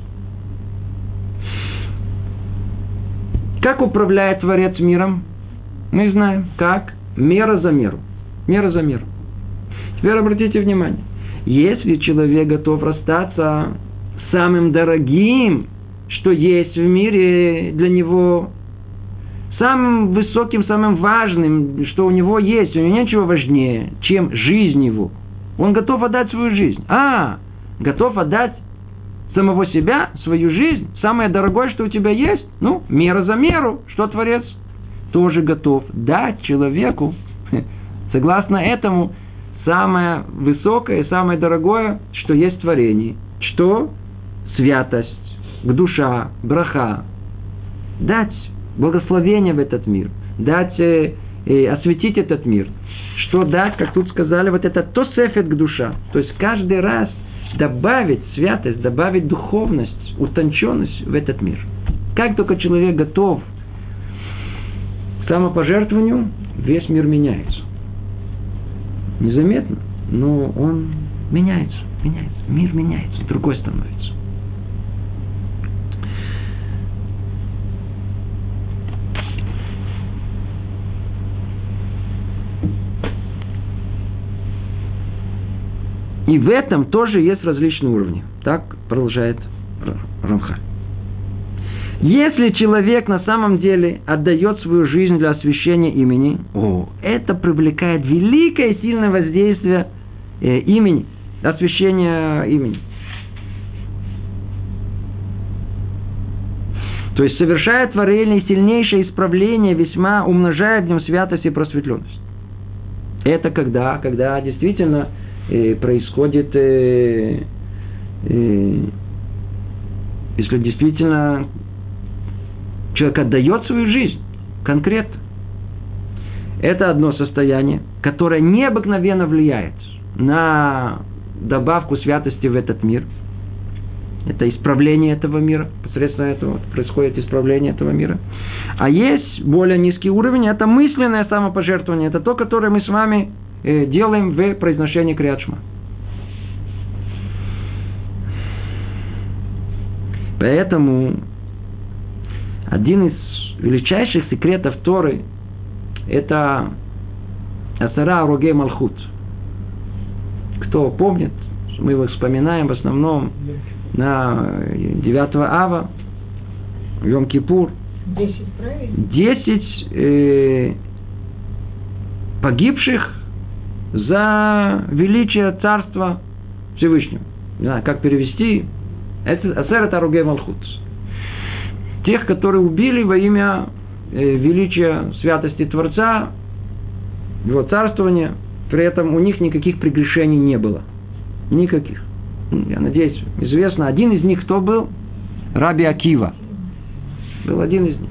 Как управляет Творец миром? Мы знаем, как? Мера за меру. Мера за меру. Теперь обратите внимание. Если человек готов расстаться с самым дорогим, что есть в мире для него, самым высоким, самым важным, что у него есть, у него нет ничего важнее, чем жизнь его. Он готов отдать свою жизнь. Готов отдать самого себя, свою жизнь, самое дорогое, что у тебя есть, мера за меру, что Творец тоже готов дать человеку, согласно этому, самое высокое, самое дорогое, что есть в творении. Что? Святость, душа, браха. Дать благословение в этот мир. Дать, осветить этот мир. Что дать, как тут сказали, вот это тосефет к душа. То есть каждый раз добавить святость, добавить духовность, утонченность в этот мир. Как только человек готов к самопожертвованию, весь мир меняется. Незаметно, но он меняется. Мир меняется, другой становится. И в этом тоже есть различные уровни. Так продолжает Рамхаль. Если человек на самом деле отдает свою жизнь для освящения имени, это привлекает великое сильное воздействие имени, освящения имени. То есть совершает творение сильнейшее исправление, весьма умножает в нем святость и просветленность. Это когда действительно происходит, если действительно человек отдает свою жизнь конкретно. Это одно состояние, которое необыкновенно влияет на добавку святости в этот мир. Это исправление этого мира. Посредством этого происходит исправление этого мира. А есть более низкий уровень, это мысленное самопожертвование. Это то, которое мы с вами делаем в произношении Криат Шма. Поэтому один из величайших секретов Торы – это Асара Аругей Малхут. Кто помнит, мы его вспоминаем в основном на 9 Ава, Йом-Кипур. 10 погибших за величие Царства Всевышнего. Не знаю, как перевести. Это Асерет Аругей Малхут. Тех, которые убили во имя величия святости Творца, его царствования, при этом у них никаких прегрешений не было. Никаких. Я надеюсь, известно, один из них кто был? Раби Акива. Был один из них.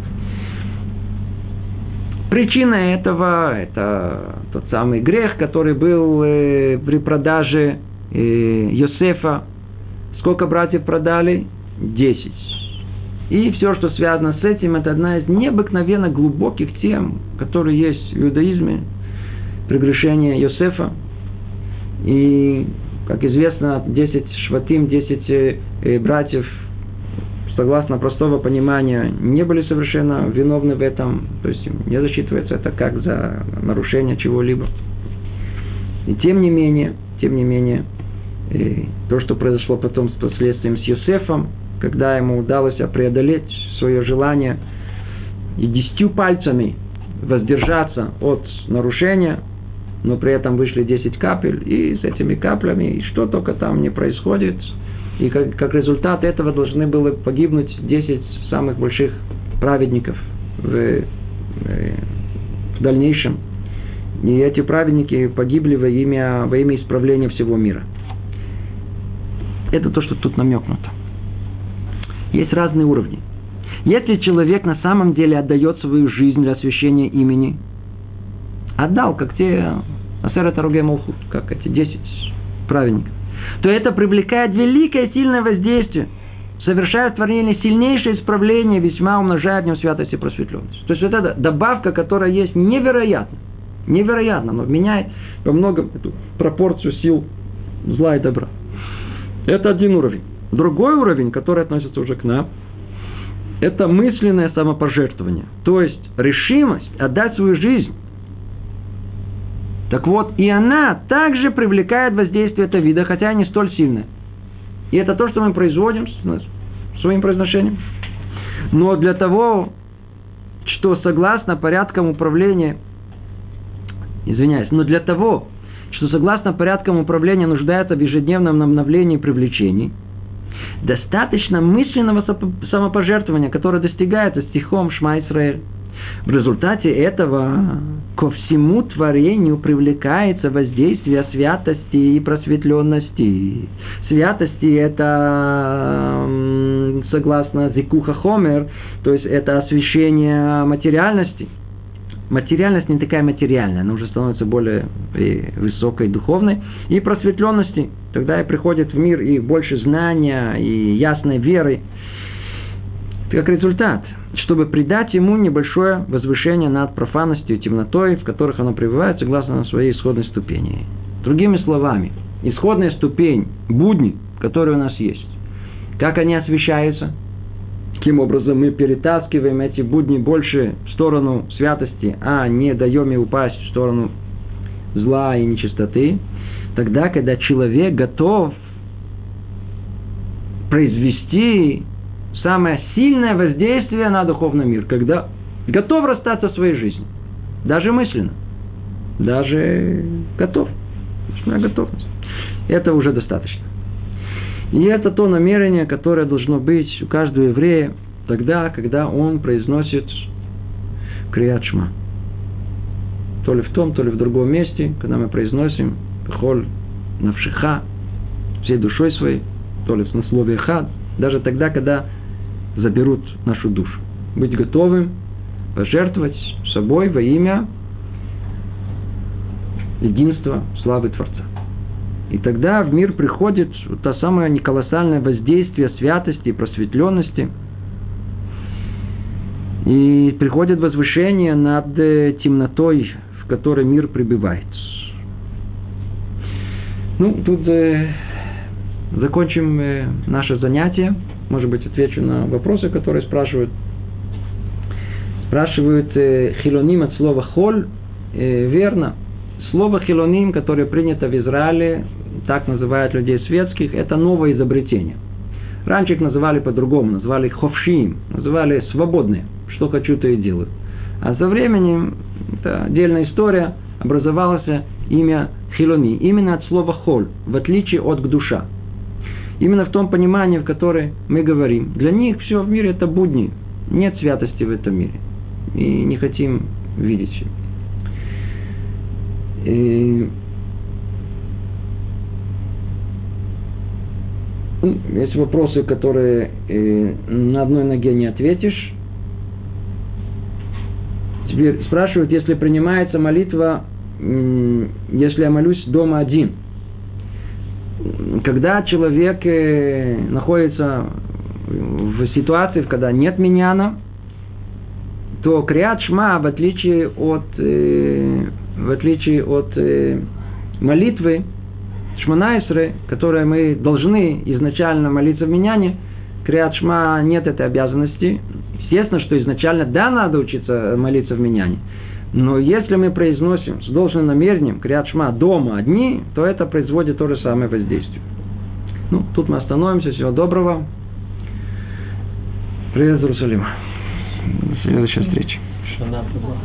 Причина этого – это тот самый грех, который был при продаже Йосефа. Сколько братьев продали? 10. И все, что связано с этим, это одна из необыкновенно глубоких тем, которые есть в иудаизме, прегрешение Йосефа. И, как известно, 10 шватим, 10 братьев, согласно простого понимания, не были совершенно виновны в этом, то есть им не засчитывается это как за нарушение чего-либо. И тем не менее, то, что произошло потом с последствием с Йосефом, когда ему удалось преодолеть свое желание и 10 пальцами воздержаться от нарушения, но при этом вышли 10 капель, и с этими каплями, и что только там не происходит, и как результат этого должны были погибнуть 10 самых больших праведников в дальнейшем. И эти праведники погибли во имя исправления всего мира. Это то, что тут намекнуто. Есть разные уровни. Если человек на самом деле отдает свою жизнь для освящения имени, отдал, как те Асерет Аругей Малхут, как эти 10 праведников, то это привлекает великое сильное воздействие, совершает творение сильнейшее исправление, весьма умножает в нем святость и просветленность. То есть вот эта добавка, которая есть, невероятно, но меняет во многом эту пропорцию сил зла и добра. Это один уровень. Другой уровень, который относится уже к нам, это мысленное самопожертвование. То есть решимость отдать свою жизнь Так вот, и она также привлекает воздействие этого вида, хотя не столь сильное. И это то, что мы производим своим произношением. Но для того, что согласно порядкам управления, но для того, что согласно порядкам управления нуждается в ежедневном обновлении и привлечении, достаточно мысленного самопожертвования, которое достигается стихом Шма Исраэль. В результате этого ко всему творению привлекается воздействие святости и просветленности. Святости – это, согласно Зикуха Хомер, то есть это освещение материальности. Материальность не такая материальная, она уже становится более высокой, духовной. И просветленности. Тогда и приходит в мир и больше знания, и ясной веры. Как результат, чтобы придать ему небольшое возвышение над профанностью и темнотой, в которых оно пребывает, согласно своей исходной ступени. Другими словами, исходная ступень, будни, которые у нас есть, как они освещаются, каким образом мы перетаскиваем эти будни больше в сторону святости, а не даем им упасть в сторону зла и нечистоты, тогда, когда человек готов произвести самое сильное воздействие на духовный мир, когда готов расстаться со своей жизнью, даже мысленно, даже готов, готовность. Это уже достаточно. И это то намерение, которое должно быть у каждого еврея тогда, когда он произносит Крият Шма. То ли в том, то ли в другом месте, когда мы произносим Бехоль Навшиха, всей душой своей, то ли в слове Хад, даже тогда, когда заберут нашу душу. Быть готовым пожертвовать собой во имя единства, славы Творца. И тогда в мир приходит то самое неколоссальное воздействие святости и просветленности. И приходит возвышение над темнотой, в которой мир пребывает. Тут закончим наше занятие. Может быть, отвечу на вопросы, которые спрашивают. Спрашивают хилоним от слова холь. Верно. Слово хилоним, которое принято в Израиле, так называют людей светских, это новое изобретение. Раньше их называли по-другому, называли ховшиим, называли свободные, что хочу, то и делаю. А со временем, это отдельная история, образовалось имя хилони, именно от слова холь, в отличие от гдуша. Именно в том понимании, в котором мы говорим. Для них все в мире это будни, нет святости в этом мире. И не хотим видеть. Есть вопросы, которые на одной ноге не ответишь. Теперь спрашивают, если принимается молитва, если я молюсь дома один. Когда человек находится в ситуации, когда нет миньяна, то Крият Шма, в отличие от молитвы Шмона Исре, которой мы должны изначально молиться в миньяне, Крият Шма нет этой обязанности. Естественно, что изначально да, надо учиться молиться в миньяне. Но если мы произносим с должным намерением Крият Шма дома одни, то это производит то же самое воздействие. Тут мы остановимся. Всего доброго. Привет из Иерусалима. До следующей встречи.